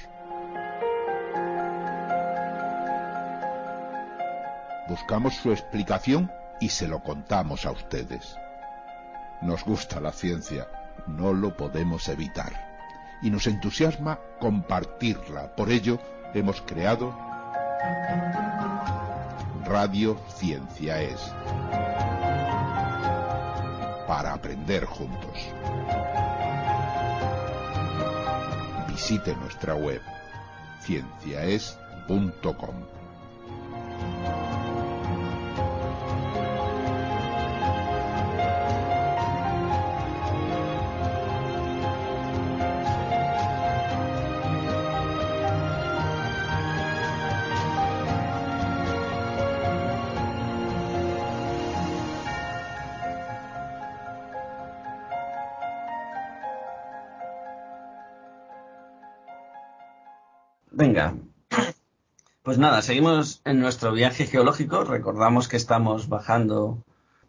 Buscamos su explicación y se lo contamos a ustedes. Nos gusta la ciencia, no lo podemos evitar. Y nos entusiasma compartirla. Por ello hemos creado Radio Ciencia Es, para aprender juntos. Visite nuestra web cienciaes.com. Venga, pues nada, seguimos en nuestro viaje geológico. Recordamos que estamos bajando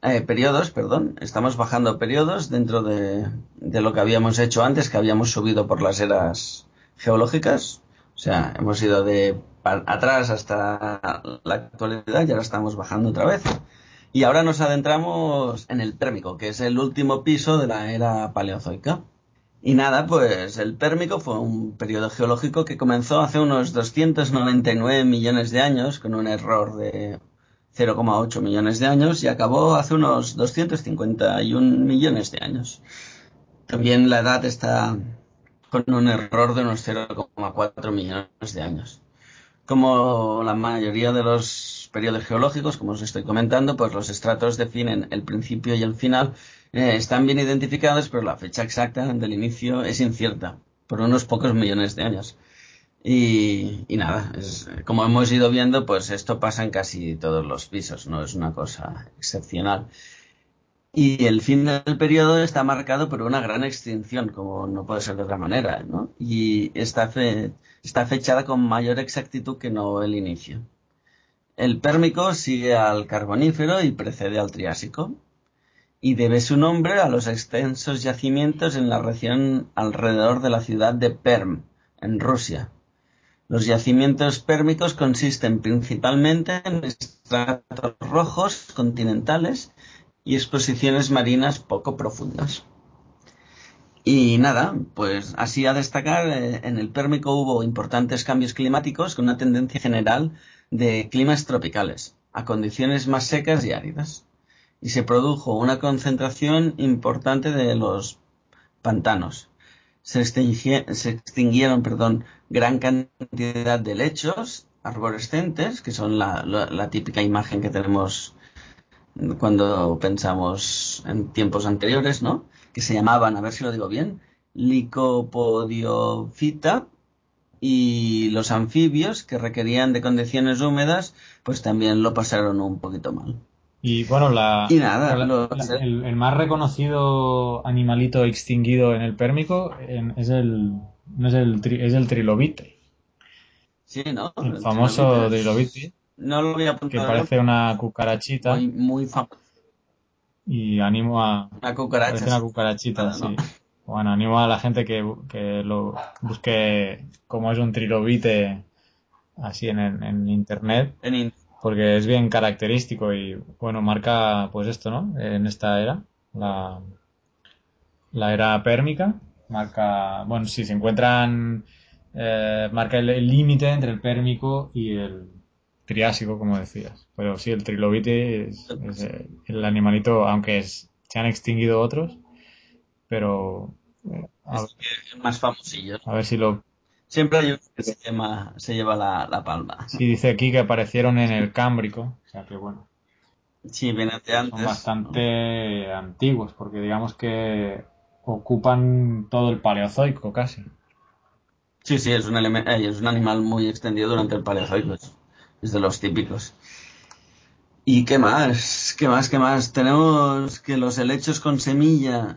estamos bajando periodos dentro de lo que habíamos hecho antes, que habíamos subido por las eras geológicas. O sea, hemos ido de atrás hasta la actualidad y ahora estamos bajando otra vez. Y ahora nos adentramos en el Pérmico, que es el último piso de la era paleozoica. Y nada, pues el Pérmico fue un periodo geológico que comenzó hace unos 299 millones de años, con un error de 0,8 millones de años, y acabó hace unos 251 millones de años. También la edad está con un error de unos 0,4 millones de años. Como la mayoría de los periodos geológicos, como os estoy comentando, pues los estratos definen el principio y el final. Están bien identificados, pero la fecha exacta del inicio es incierta, por unos pocos millones de años. Y nada, como hemos ido viendo, pues esto pasa en casi todos los pisos, no es una cosa excepcional. Y el fin del periodo está marcado por una gran extinción, como no puede ser de otra manera, ¿no? Y está fechada con mayor exactitud que no el inicio. El Pérmico sigue al Carbonífero y precede al Triásico, y debe su nombre a los extensos yacimientos en la región alrededor de la ciudad de Perm, en Rusia. Los yacimientos pérmicos consisten principalmente en estratos rojos continentales y exposiciones marinas poco profundas. Y nada, pues así a destacar, en el Pérmico hubo importantes cambios climáticos con una tendencia general de climas tropicales a condiciones más secas y áridas. Y se produjo una concentración importante de los pantanos. Se extinguieron, gran cantidad de lechos arborescentes, que son la típica imagen que tenemos cuando pensamos en tiempos anteriores, ¿no? Que se llamaban, a ver si lo digo bien, Lycopodiophyta, y los anfibios que requerían de condiciones húmedas, pues también lo pasaron un poquito mal. Y bueno, Y nada, el más reconocido animalito extinguido en el Pérmico es no es es el trilobite. sí, ¿no? El El famoso trilobite trilobite, no lo había que apuntado yo, parece una cucarachita muy famoso. y animo a... Una cucaracha, Parece una cucarachita, ¿no? sí. Bueno, animo a la gente que lo busque cómo es un trilobite así en internet, porque es bien característico y bueno, marca pues esto, ¿no? En esta era, la era pérmica, marca, bueno, sí, se encuentran, marca el límite entre el pérmico y el triásico, como decías. Pero sí, el trilobite es, el animalito, aunque se han extinguido otros, pero Es el más famosillo. a ver si lo... Siempre hay uno que se lleva la palma. Sí, dice aquí que aparecieron en el Cámbrico, o sea que bueno. Sí, viene de Son antes, ¿no? bastante antiguos, porque digamos que ocupan todo el Paleozoico casi. Sí, sí, es un animal muy extendido durante el Paleozoico. Es de los típicos. ¿Y qué más? ¿Qué más? ¿Qué más? Tenemos que los helechos con semilla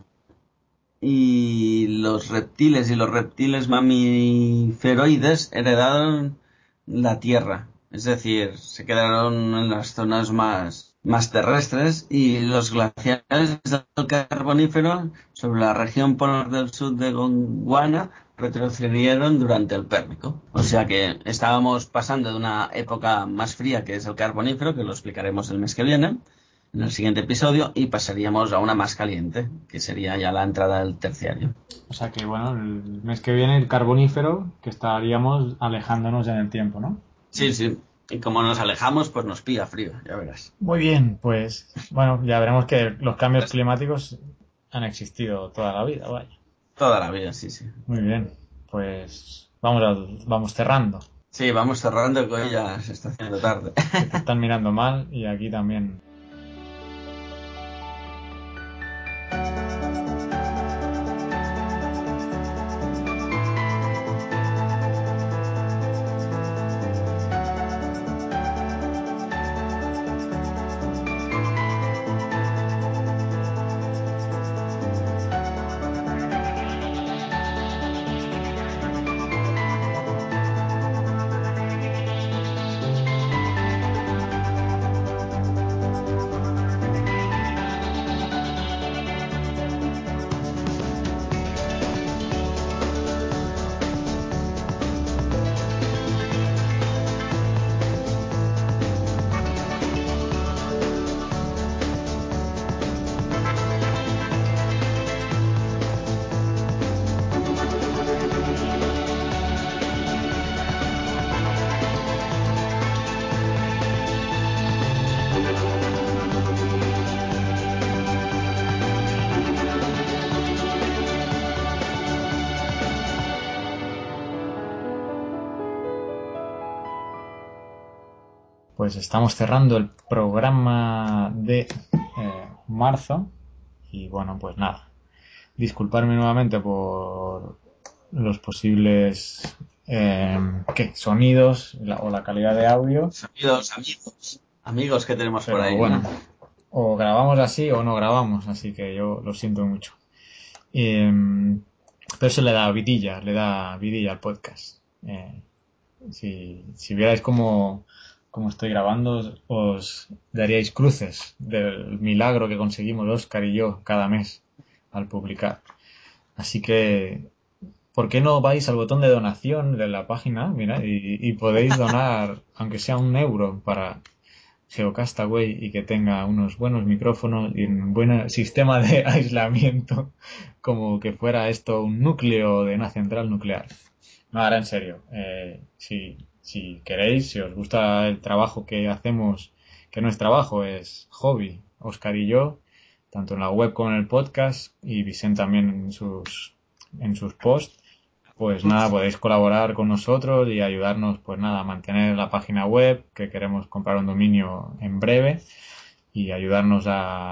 y los reptiles mamiferoides heredaron la Tierra. Es decir, se quedaron en las zonas más terrestres y los glaciares del Carbonífero sobre la región polar del sur de Gondwana retrocedieron durante el Pérmico. O sea que estábamos pasando de una época más fría que es el Carbonífero, que lo explicaremos el mes que viene, en el siguiente episodio, y pasaríamos a una más caliente, que sería ya la entrada del terciario. O sea que bueno, el mes que viene el Carbonífero, que estaríamos alejándonos en el tiempo, ¿no? Sí, sí. Y como nos alejamos, pues nos pilla frío, ya verás. Muy bien, pues bueno, ya veremos que los cambios climáticos han existido toda la vida, vaya. Toda la vida, sí, sí. Muy bien, pues vamos cerrando. Sí, vamos cerrando, que hoy ya se está haciendo tarde. Que te están mirando mal y aquí también. Pues estamos cerrando el programa de marzo y bueno, pues nada. Disculparme nuevamente por los posibles sonidos o la calidad de audio, Sonidos, amigos que tenemos por pero ahí, bueno, ¿no? o grabamos así o no grabamos, así que yo lo siento mucho. Pero eso le da vidilla al podcast. Si vierais cómo estoy grabando, os daríais cruces del milagro que conseguimos Óscar y yo cada mes al publicar. Así que, ¿por qué no vais al botón de donación de la página? Mira, y podéis donar, aunque sea €1, para Geocastaway y que tenga unos buenos micrófonos y un buen sistema de aislamiento, como que fuera esto un núcleo de una central nuclear. No, ahora en serio, si queréis, si os gusta el trabajo que hacemos, que no es trabajo, es hobby, Óscar y yo, tanto en la web como en el podcast, y Vicente también en sus posts, pues nada, podéis colaborar con nosotros y ayudarnos, pues nada, a mantener la página web, que queremos comprar un dominio en breve, y ayudarnos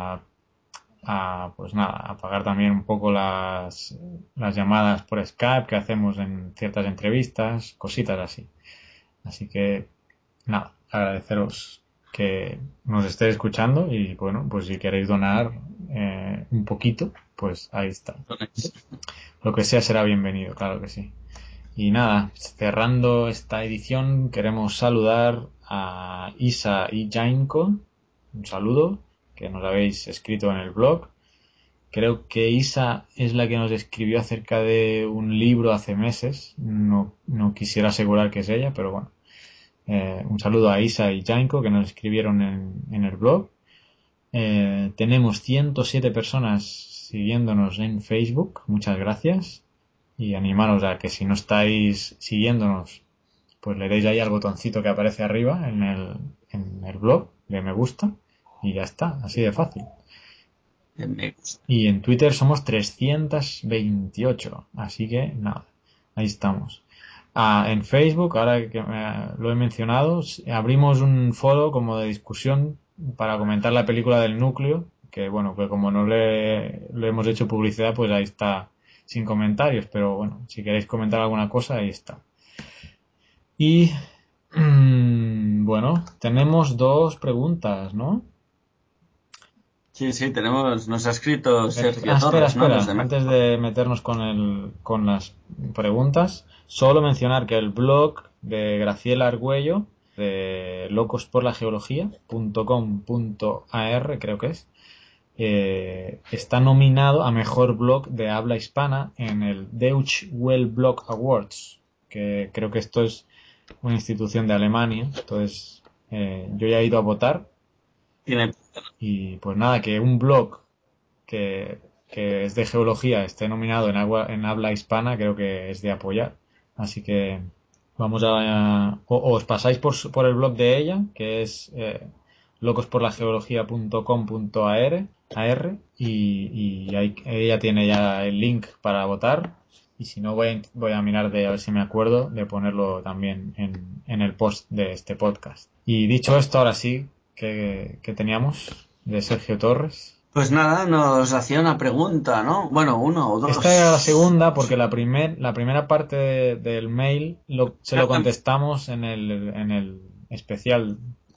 pues nada, a pagar también un poco las llamadas por Skype que hacemos en ciertas entrevistas, cositas así. Así que nada, agradeceros que nos esté escuchando y bueno, pues si queréis donar un poquito, pues ahí está. Lo que sea será bienvenido, claro que sí. Y nada, cerrando esta edición, queremos saludar a Isa y Jainko. Un saludo, que nos habéis escrito en el blog. Creo que Isa es la que nos escribió acerca de un libro hace meses. No quisiera asegurar que es ella, pero bueno. Un saludo a Isa y Jainko que nos escribieron en el blog. Tenemos 107 personas siguiéndonos en Facebook. Muchas gracias. Y animaros a que si no estáis siguiéndonos, pues le deis ahí al botoncito que aparece arriba en el blog de me gusta y ya está, así de fácil. Y en Twitter somos 328, así que nada, ahí estamos. En Facebook, ahora que lo he mencionado, abrimos un foro como de discusión para comentar la película del Núcleo, que bueno, que como no le hemos hecho publicidad, pues ahí está sin comentarios, pero bueno, si queréis comentar alguna cosa, ahí está. Y bueno, tenemos 2 preguntas, ¿no? Sí, nos ha escrito Sergio Torres, espera, ¿no? antes de meternos con las preguntas, solo mencionar que el blog de Graciela Argüello, de locosporlageología.com.ar, creo que es, está nominado a mejor blog de habla hispana en el Deutsche Well Blog Awards, que creo que esto es una institución de Alemania. Entonces yo ya he ido a votar y pues nada, que un blog que es de geología esté nominado en habla hispana, creo que es de apoyar. Así que vamos o os pasáis por el blog de ella, que es locosporlageología.com.ar y ahí ella tiene ya el link para votar, y si no voy a mirar a ver si me acuerdo de ponerlo también en el post de este podcast. Y dicho esto, ahora sí que teníamos de Sergio Torres. Pues nada, nos hacía una pregunta, ¿no? Bueno, 1 o 2. Esta era la segunda, porque la primera parte del mail se lo contestamos en el especial.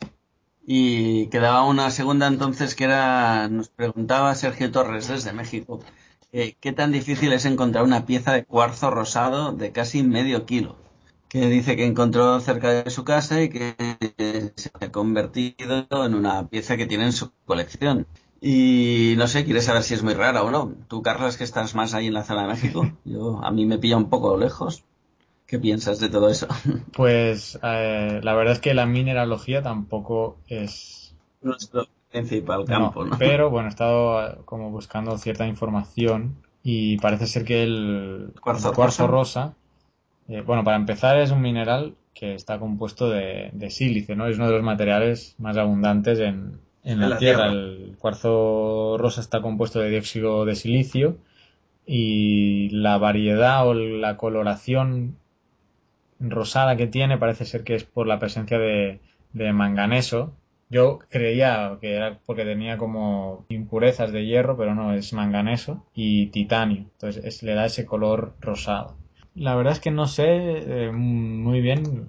Y quedaba una segunda entonces que nos preguntaba Sergio Torres desde México, ¿qué tan difícil es encontrar una pieza de cuarzo rosado de casi medio kilo? Que dice que encontró cerca de su casa y que se ha convertido en una pieza que tiene en su colección. Y no sé, ¿quieres saber si es muy rara o no? Tú, Carlos, que estás más ahí en la zona de México, a mí me pilla un poco lejos. ¿Qué piensas de todo eso? Pues la verdad es que la mineralogía tampoco es Nuestro principal campo, ¿no? Pero bueno, he estado como buscando cierta información y parece ser que el cuarzo rosa, bueno, para empezar es un mineral que está compuesto de sílice, ¿no? Es uno de los materiales más abundantes en la Tierra. El cuarzo rosa está compuesto de dióxido de silicio y la variedad o la coloración rosada que tiene parece ser que es por la presencia de manganeso. Yo creía que era porque tenía como impurezas de hierro, pero no, es manganeso y titanio. Entonces le da ese color rosado. La verdad es que no sé muy bien.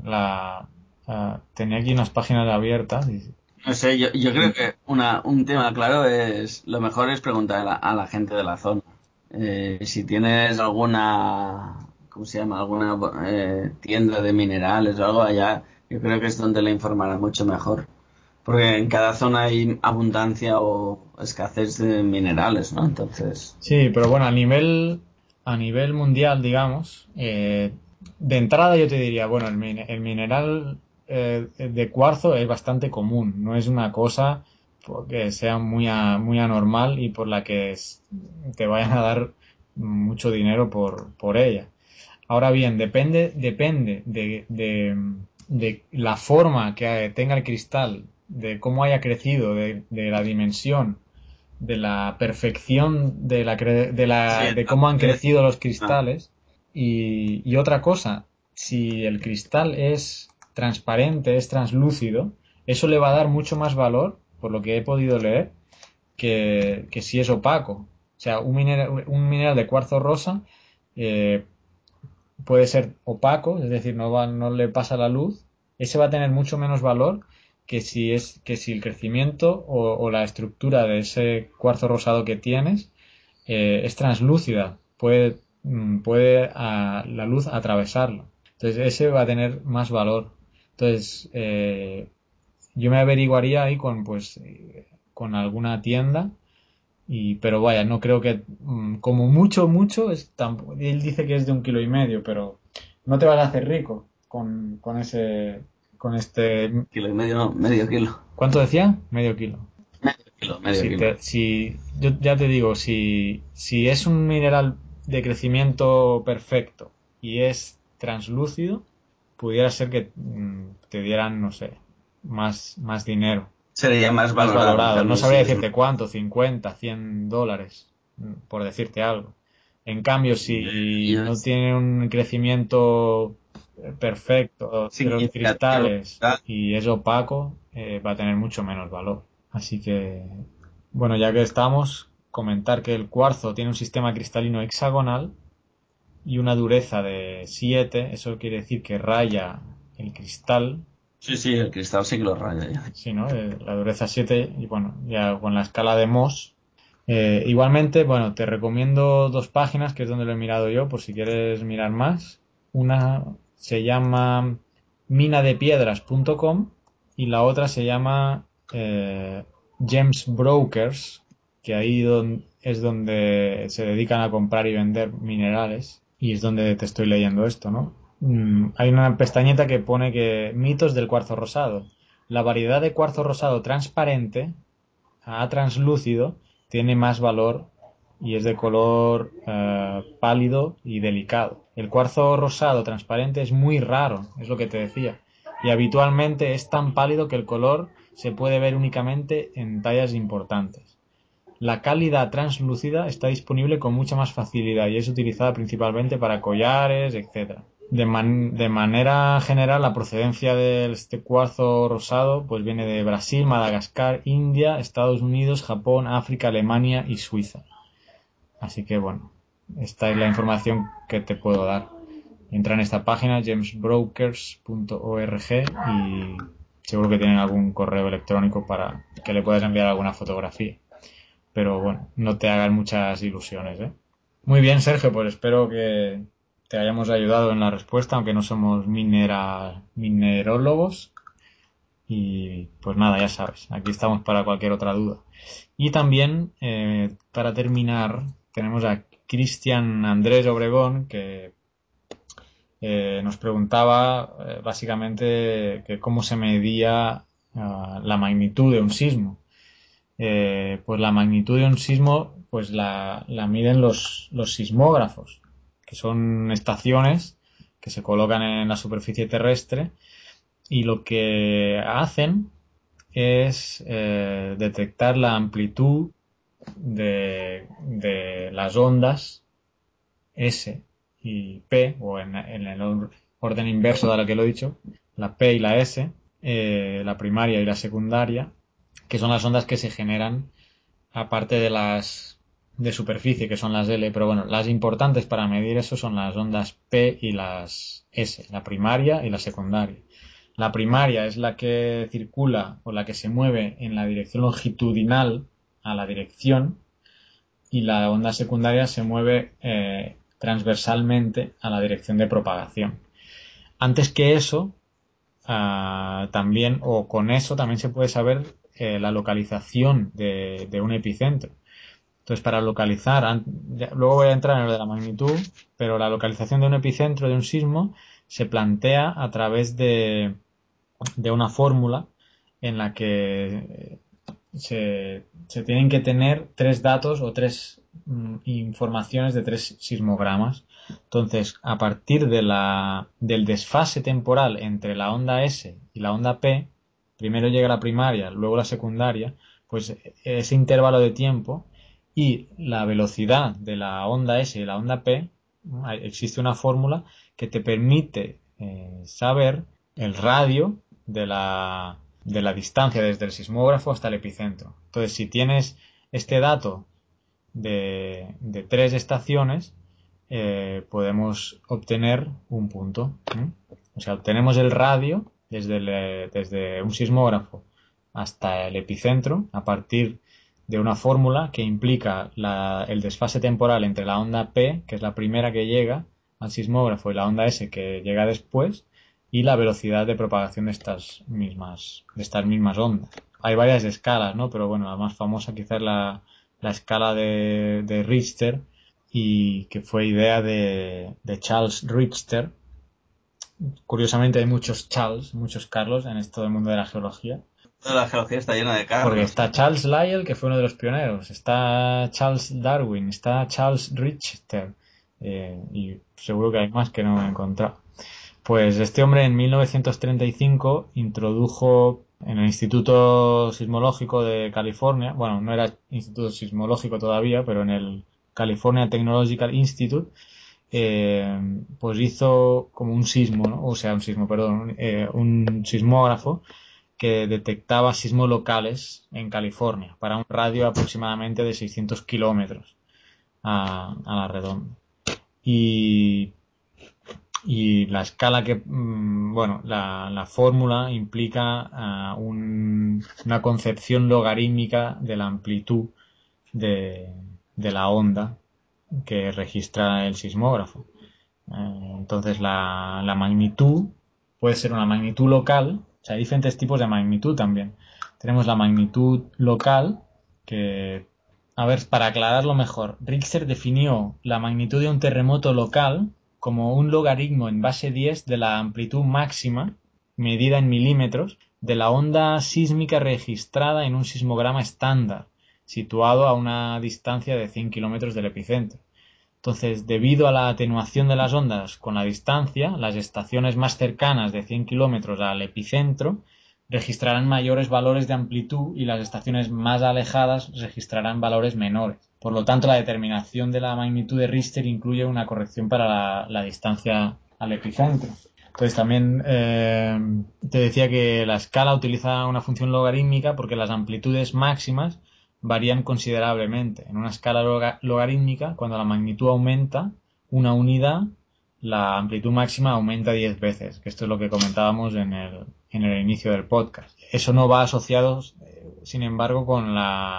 Tenía aquí unas páginas abiertas. No sé, yo creo que un tema claro es, lo mejor es preguntar a la gente de la zona. Si tienes alguna, ¿cómo se llama? Alguna tienda de minerales o algo allá, yo creo que es donde le informarán mucho mejor. Porque en cada zona hay abundancia o escasez de minerales, ¿no? Entonces. Sí, pero bueno, a nivel mundial, digamos, de entrada yo te diría, bueno, el mineral de cuarzo es bastante común, no es una cosa que sea muy anormal y por la que te vayan a dar mucho dinero por ella. Ahora bien, depende de la forma que tenga el cristal, de cómo haya crecido, de la dimensión, de la perfección de cómo han crecido los cristales. Y otra cosa, si el cristal es transparente, es translúcido, eso le va a dar mucho más valor, por lo que he podido leer, que si es opaco. O sea, un mineral de cuarzo rosa puede ser opaco, es decir, no le pasa la luz. Ese va a tener mucho menos valor que si el crecimiento o la estructura de ese cuarzo rosado que tienes es translúcida, puede la luz atravesarlo. Entonces ese va a tener más valor. Entonces yo me averiguaría ahí con alguna tienda. Pero vaya, no creo que como mucho él dice que es de 1,5 kilos, pero no te vas a hacer rico con este. Kilo y medio, no, medio kilo. ¿Cuánto decía? Medio kilo. Medio kilo. Yo ya te digo, si es un mineral de crecimiento perfecto y es translúcido, pudiera ser que te dieran, no sé, más dinero. Sería más Más valorado. valorado. No sabría sí, decirte cuánto, 50, $100, por decirte algo. En cambio, si no tiene un crecimiento perfecto de los cristales y es opaco, va a tener mucho menos valor. Así que, bueno, ya que estamos, comentar que el cuarzo tiene un sistema cristalino hexagonal y una dureza de 7, eso quiere decir que raya el cristal. Sí, el cristal sí que lo raya ya. Sí, ¿no? La dureza 7 y bueno, ya con la escala de Mohs. Igualmente, bueno, te recomiendo 2 páginas, que es donde lo he mirado yo, por si quieres mirar más. Una se llama minadepiedras.com y la otra se llama Gems Brokers, que ahí es donde se dedican a comprar y vender minerales y es donde te estoy leyendo esto, ¿no? Hay una pestañeta que pone que mitos del cuarzo rosado. La variedad de cuarzo rosado transparente a translúcido tiene más valor y es de color pálido y delicado. El cuarzo rosado transparente es muy raro, es lo que te decía, y habitualmente es tan pálido que el color se puede ver únicamente en tallas importantes. La cálida translúcida está disponible con mucha más facilidad y es utilizada principalmente para collares, etc. De manera general, la procedencia de este cuarzo rosado pues viene de Brasil, Madagascar, India, Estados Unidos, Japón, África, Alemania y Suiza. Así que bueno, esta es la información que te puedo dar. Entra en esta página, gemsbrokers.org, y seguro que tienen algún correo electrónico para que le puedas enviar alguna fotografía. Pero bueno, no te hagan muchas ilusiones, ¿eh? Muy bien, Sergio, pues espero que te hayamos ayudado en la respuesta, aunque no somos minerólogos. Y pues nada, ya sabes, aquí estamos para cualquier otra duda. Y también, para terminar, tenemos a Cristian Andrés Obregón, que nos preguntaba básicamente que cómo se medía la magnitud de un sismo. Pues la magnitud de un sismo pues la miden los sismógrafos, que son estaciones que se colocan en la superficie terrestre y lo que hacen es detectar la amplitud de las ondas S y P, o en el orden inverso de lo que lo he dicho, la P y la S, la primaria y la secundaria, que son las ondas que se generan aparte de las de superficie, que son las L, pero bueno, las importantes para medir eso son las ondas P y las S, la primaria y la secundaria. La primaria es la que circula o la que se mueve en la dirección longitudinal a la dirección, y la onda secundaria se mueve transversalmente a la dirección de propagación. Antes que eso, también, o con eso también se puede saber la localización de un epicentro. Entonces, para localizar, luego voy a entrar en lo de la magnitud, pero la localización de un epicentro de un sismo se plantea a través de una fórmula en la que se tienen que tener 3 datos o 3 informaciones de 3 sismogramas. Entonces, a partir del desfase temporal entre la onda S y la onda P, primero llega la primaria, luego la secundaria, pues ese intervalo de tiempo y la velocidad de la onda S y la onda P, existe una fórmula que te permite saber el radio de la distancia desde el sismógrafo hasta el epicentro. Entonces, si tienes este dato de 3 estaciones, podemos obtener un punto. O sea, obtenemos el radio desde un sismógrafo hasta el epicentro a partir de una fórmula que implica el desfase temporal entre la onda P, que es la primera que llega al sismógrafo, y la onda S, que llega después, y la velocidad de propagación de estas mismas ondas. Hay varias escalas, ¿no? Pero bueno, la más famosa quizás es la escala de Richter, y que fue idea de Charles Richter. Curiosamente hay muchos Charles, muchos Carlos en esto del mundo de la geología. Toda la geología está llena de Carlos. Porque está Charles Lyell, que fue uno de los pioneros, está Charles Darwin, está Charles Richter, y seguro que hay más que no he encontrado. Pues este hombre en 1935 introdujo en el Instituto Sismológico de California, bueno, no era Instituto Sismológico todavía, pero en el California Technological Institute, pues hizo como un sismo, ¿no? O sea, un sismógrafo que detectaba sismos locales en California para un radio aproximadamente de 600 kilómetros a la redonda. Y la escala la fórmula implica una concepción logarítmica de la amplitud de la onda que registra el sismógrafo. Entonces la magnitud puede ser una magnitud local. O sea, hay diferentes tipos de magnitud también. Tenemos la magnitud local, que, a ver, para aclararlo mejor, Richter definió la magnitud de un terremoto local como un logaritmo en base 10 de la amplitud máxima, medida en milímetros, de la onda sísmica registrada en un sismograma estándar, situado a una distancia de 100 kilómetros del epicentro. Entonces, debido a la atenuación de las ondas con la distancia, las estaciones más cercanas de 100 kilómetros al epicentro registrarán mayores valores de amplitud y las estaciones más alejadas registrarán valores menores. Por lo tanto, la determinación de la magnitud de Richter incluye una corrección para la distancia al epicentro. Entonces, también te decía que la escala utiliza una función logarítmica porque las amplitudes máximas varían considerablemente. En una escala logarítmica, cuando la magnitud aumenta una unidad, la amplitud máxima aumenta 10 veces, que esto es lo que comentábamos en el inicio del podcast. Eso no va asociado, sin embargo, con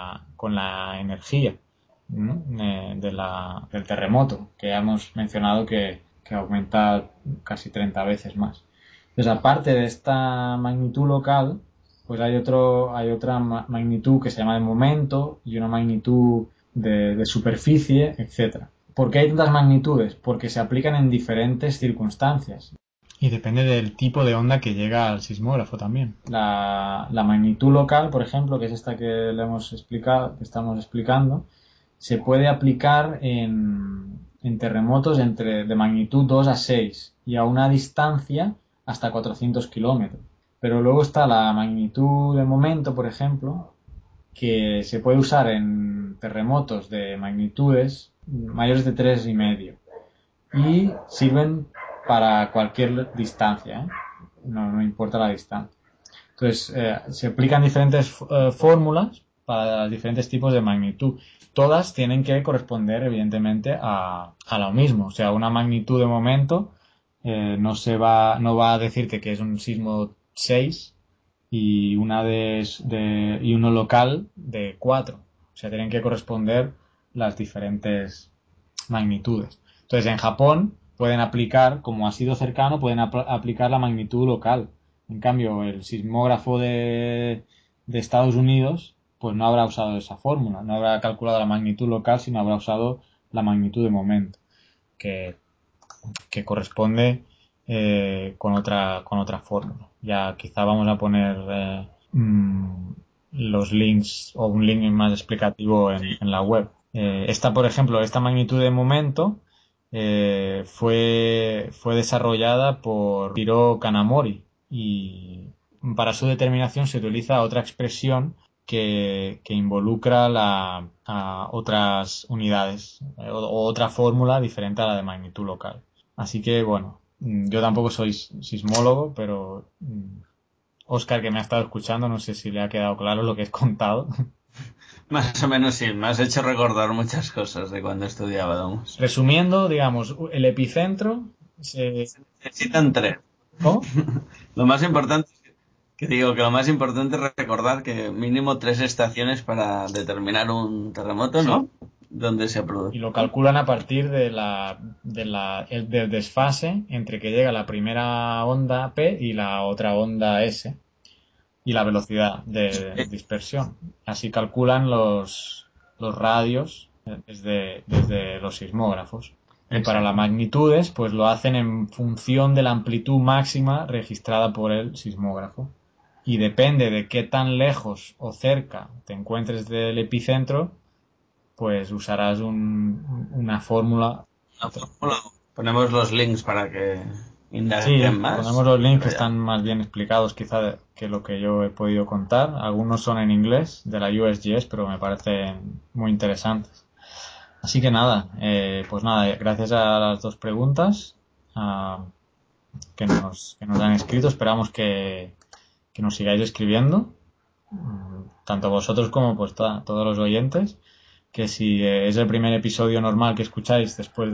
la energía, ¿no? del terremoto, que ya hemos mencionado que aumenta casi 30 veces más. Entonces, aparte de esta magnitud local, pues hay otra magnitud que se llama de momento y una magnitud de superficie, etcétera. ¿Por qué hay tantas magnitudes? Porque se aplican en diferentes circunstancias. Y depende del tipo de onda que llega al sismógrafo también. La magnitud local, por ejemplo, que es esta que estamos explicando, se puede aplicar en terremotos de magnitud 2 a 6 y a una distancia hasta 400 kilómetros. Pero luego está la magnitud de momento, por ejemplo, que se puede usar en terremotos de magnitudes mayores de 3,5 y sirven para cualquier distancia, ¿eh? No importa la distancia. Entonces, se aplican diferentes fórmulas para los diferentes tipos de magnitud. Todas tienen que corresponder, evidentemente, a lo mismo. O sea, una magnitud de momento no va a decirte que es un sismo 6 y y uno local de 4. O sea, tienen que corresponder las diferentes magnitudes. Entonces, en Japón pueden aplicar, como ha sido cercano, pueden aplicar la magnitud local. En cambio, el sismógrafo de Estados Unidos, pues no habrá usado esa fórmula, no habrá calculado la magnitud local, sino habrá usado la magnitud de momento, que corresponde con otra fórmula. Ya quizá vamos a poner los links o un link más explicativo en la web. Por ejemplo, esta magnitud de momento fue desarrollada por Hiro Kanamori y para su determinación se utiliza otra expresión que involucra a otras unidades o otra fórmula diferente a la de magnitud local. Así que, bueno, yo tampoco soy sismólogo, pero Óscar, que me ha estado escuchando, no sé si le ha quedado claro lo que he contado. Más o menos sí, me has hecho recordar muchas cosas de cuando estudiábamos. Resumiendo, digamos, el epicentro Se necesitan 3. ¿Cómo? Lo más importante, que lo más importante es recordar que mínimo 3 estaciones para determinar un terremoto, Sí. ¿no? Donde se Y produce. lo calculan a partir del desfase entre que llega la primera onda P y la otra onda S y la velocidad de dispersión. Así calculan los radios desde los sismógrafos. Y para las magnitudes, pues lo hacen en función de la amplitud máxima registrada por el sismógrafo. Y depende de qué tan lejos o cerca te encuentres del epicentro, pues usarás una fórmula. Ponemos los links para que Sí, indaguen más. ponemos los links que Pero ya. están más bien explicados quizá que lo que yo he podido contar. Algunos son en inglés de la USGS, pero me parecen muy interesantes. Así que nada, pues nada, gracias a las dos preguntas que nos han escrito. Esperamos que nos sigáis escribiendo, tanto vosotros como pues todos los oyentes, que si es el primer episodio normal que escucháis después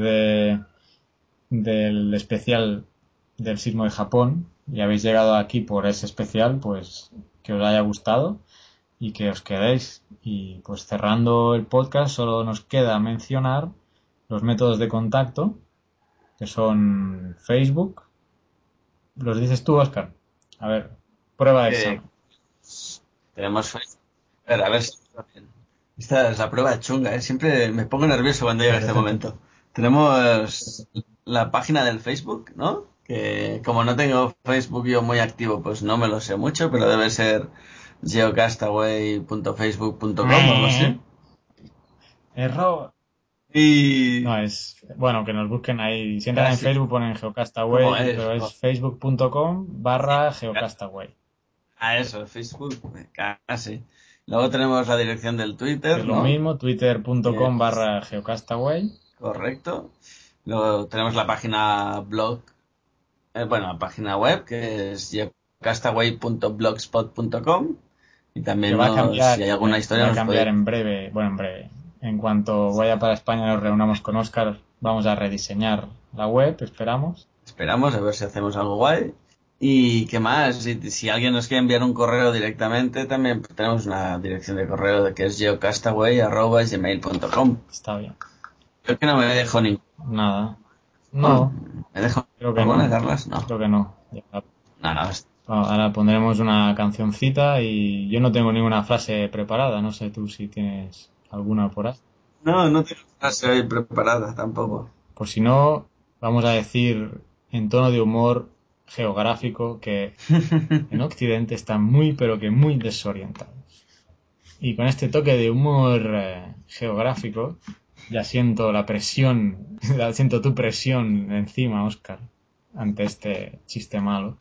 del especial del sismo de Japón y habéis llegado aquí por ese especial, pues que os haya gustado y que os quedéis. Y pues cerrando el podcast, solo nos queda mencionar los métodos de contacto, que son Facebook. ¿Los dices tú, Óscar? A ver, prueba de examen. Tenemos Facebook. A ver si está bien. Esta es la prueba chunga, ¿eh? Siempre me pongo nervioso cuando llega este momento. Tenemos la página del Facebook, ¿no? Que como no tengo Facebook yo muy activo, pues no me lo sé mucho, pero debe ser geocastaway.facebook.com o algo así. Error. Y... No, bueno, que nos busquen ahí. Si entran en Casi. Facebook ponen ¿Cómo Geocastaway, es? pero es facebook.com/Geocastaway. Eso, Facebook, casi. Luego tenemos la dirección del Que Twitter, es lo ¿no? mismo, Que es twitter.com/Geocastaway. correcto. Luego tenemos la página blog, la página web, que es geocastaway.blogspot.com. Y Que también va a cambiar, si hay alguna historia va a nos cambiar podéis... en breve. Bueno, en breve. En cuanto vaya para España y nos reunamos con Óscar, vamos a rediseñar la web, esperamos. Esperamos a ver si hacemos algo guay. ¿Y qué más? Si alguien nos quiere enviar un correo directamente, también tenemos una dirección de correo que es geocastaway@gmail.com. Está bien. Creo que no me dejo ni... Nada. No, ¿Me dejo creo que alguna, no. Carlas? No. Creo que no. No, no. Bueno, ahora pondremos una cancioncita y yo no tengo ninguna frase preparada. No sé tú si tienes alguna por ahí. No tengo frase hoy preparada tampoco. Por si no, vamos a decir en tono de humor geográfico que en Occidente están muy pero que muy desorientados. Y con este toque de humor geográfico, ya siento la presión, siento tu presión encima, Óscar, ante este chiste malo.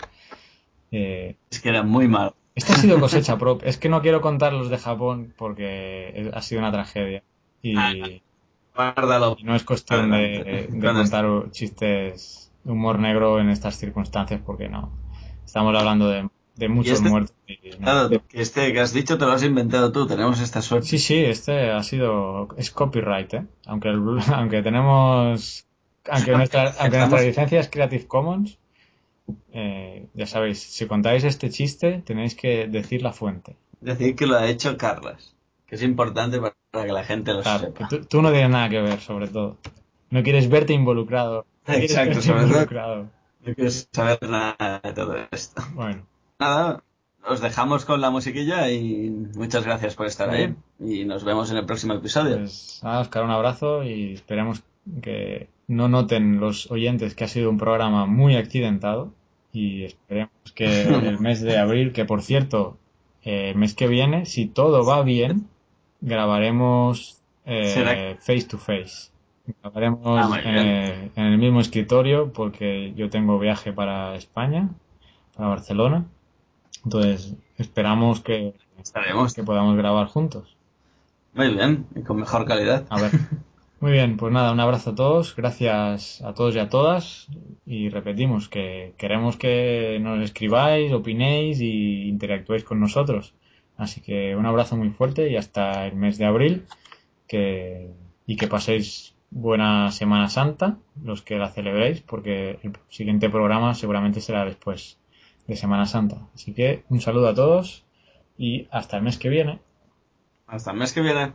Es que era muy malo. Esto ha sido cosecha propia. Es que no quiero contar los de Japón porque ha sido una tragedia. Y Guárdalo. no es cuestión de contar chistes de humor negro en estas circunstancias porque no. Estamos hablando de muchos muertos. Claro, que que has dicho te lo has inventado tú. Tenemos esta suerte. Sí, es copyright, ¿eh? Aunque tenemos, aunque nuestra licencia es Creative Commons, ya sabéis, si contáis este chiste tenéis que decir la fuente. Decir que lo ha hecho Carlas, que es importante para que la gente lo Claro, sepa. que tú no tienes nada que ver, sobre todo. No quieres verte involucrado. Exacto, sobre todo. No quiero saber nada de todo esto. Bueno. Nada, os dejamos con la musiquilla y muchas gracias por estar ahí. Y nos vemos en el próximo episodio. Pues nada, Oscar, un abrazo y esperemos que no noten los oyentes que ha sido un programa muy accidentado y esperemos que el mes de abril, que por cierto, el mes que viene, si todo va bien, grabaremos face to face. Grabaremos en el mismo escritorio porque yo tengo viaje para España, para Barcelona. Entonces esperamos que podamos grabar juntos. Muy bien, y con mejor calidad. A ver. Muy bien, pues nada, un abrazo a todos, gracias a todos y a todas y repetimos que queremos que nos escribáis, opinéis y interactuéis con nosotros. Así que un abrazo muy fuerte y hasta el mes de abril y que paséis buena Semana Santa, los que la celebréis, porque el siguiente programa seguramente será después de Semana Santa. Así que un saludo a todos y hasta el mes que viene. Hasta el mes que viene.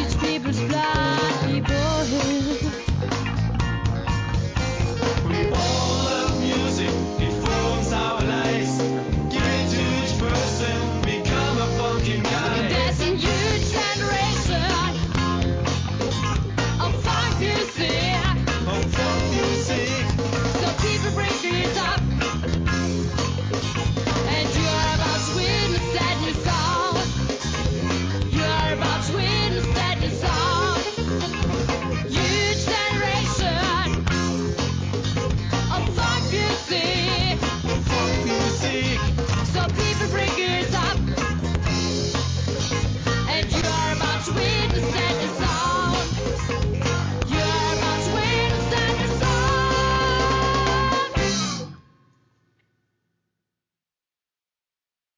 We all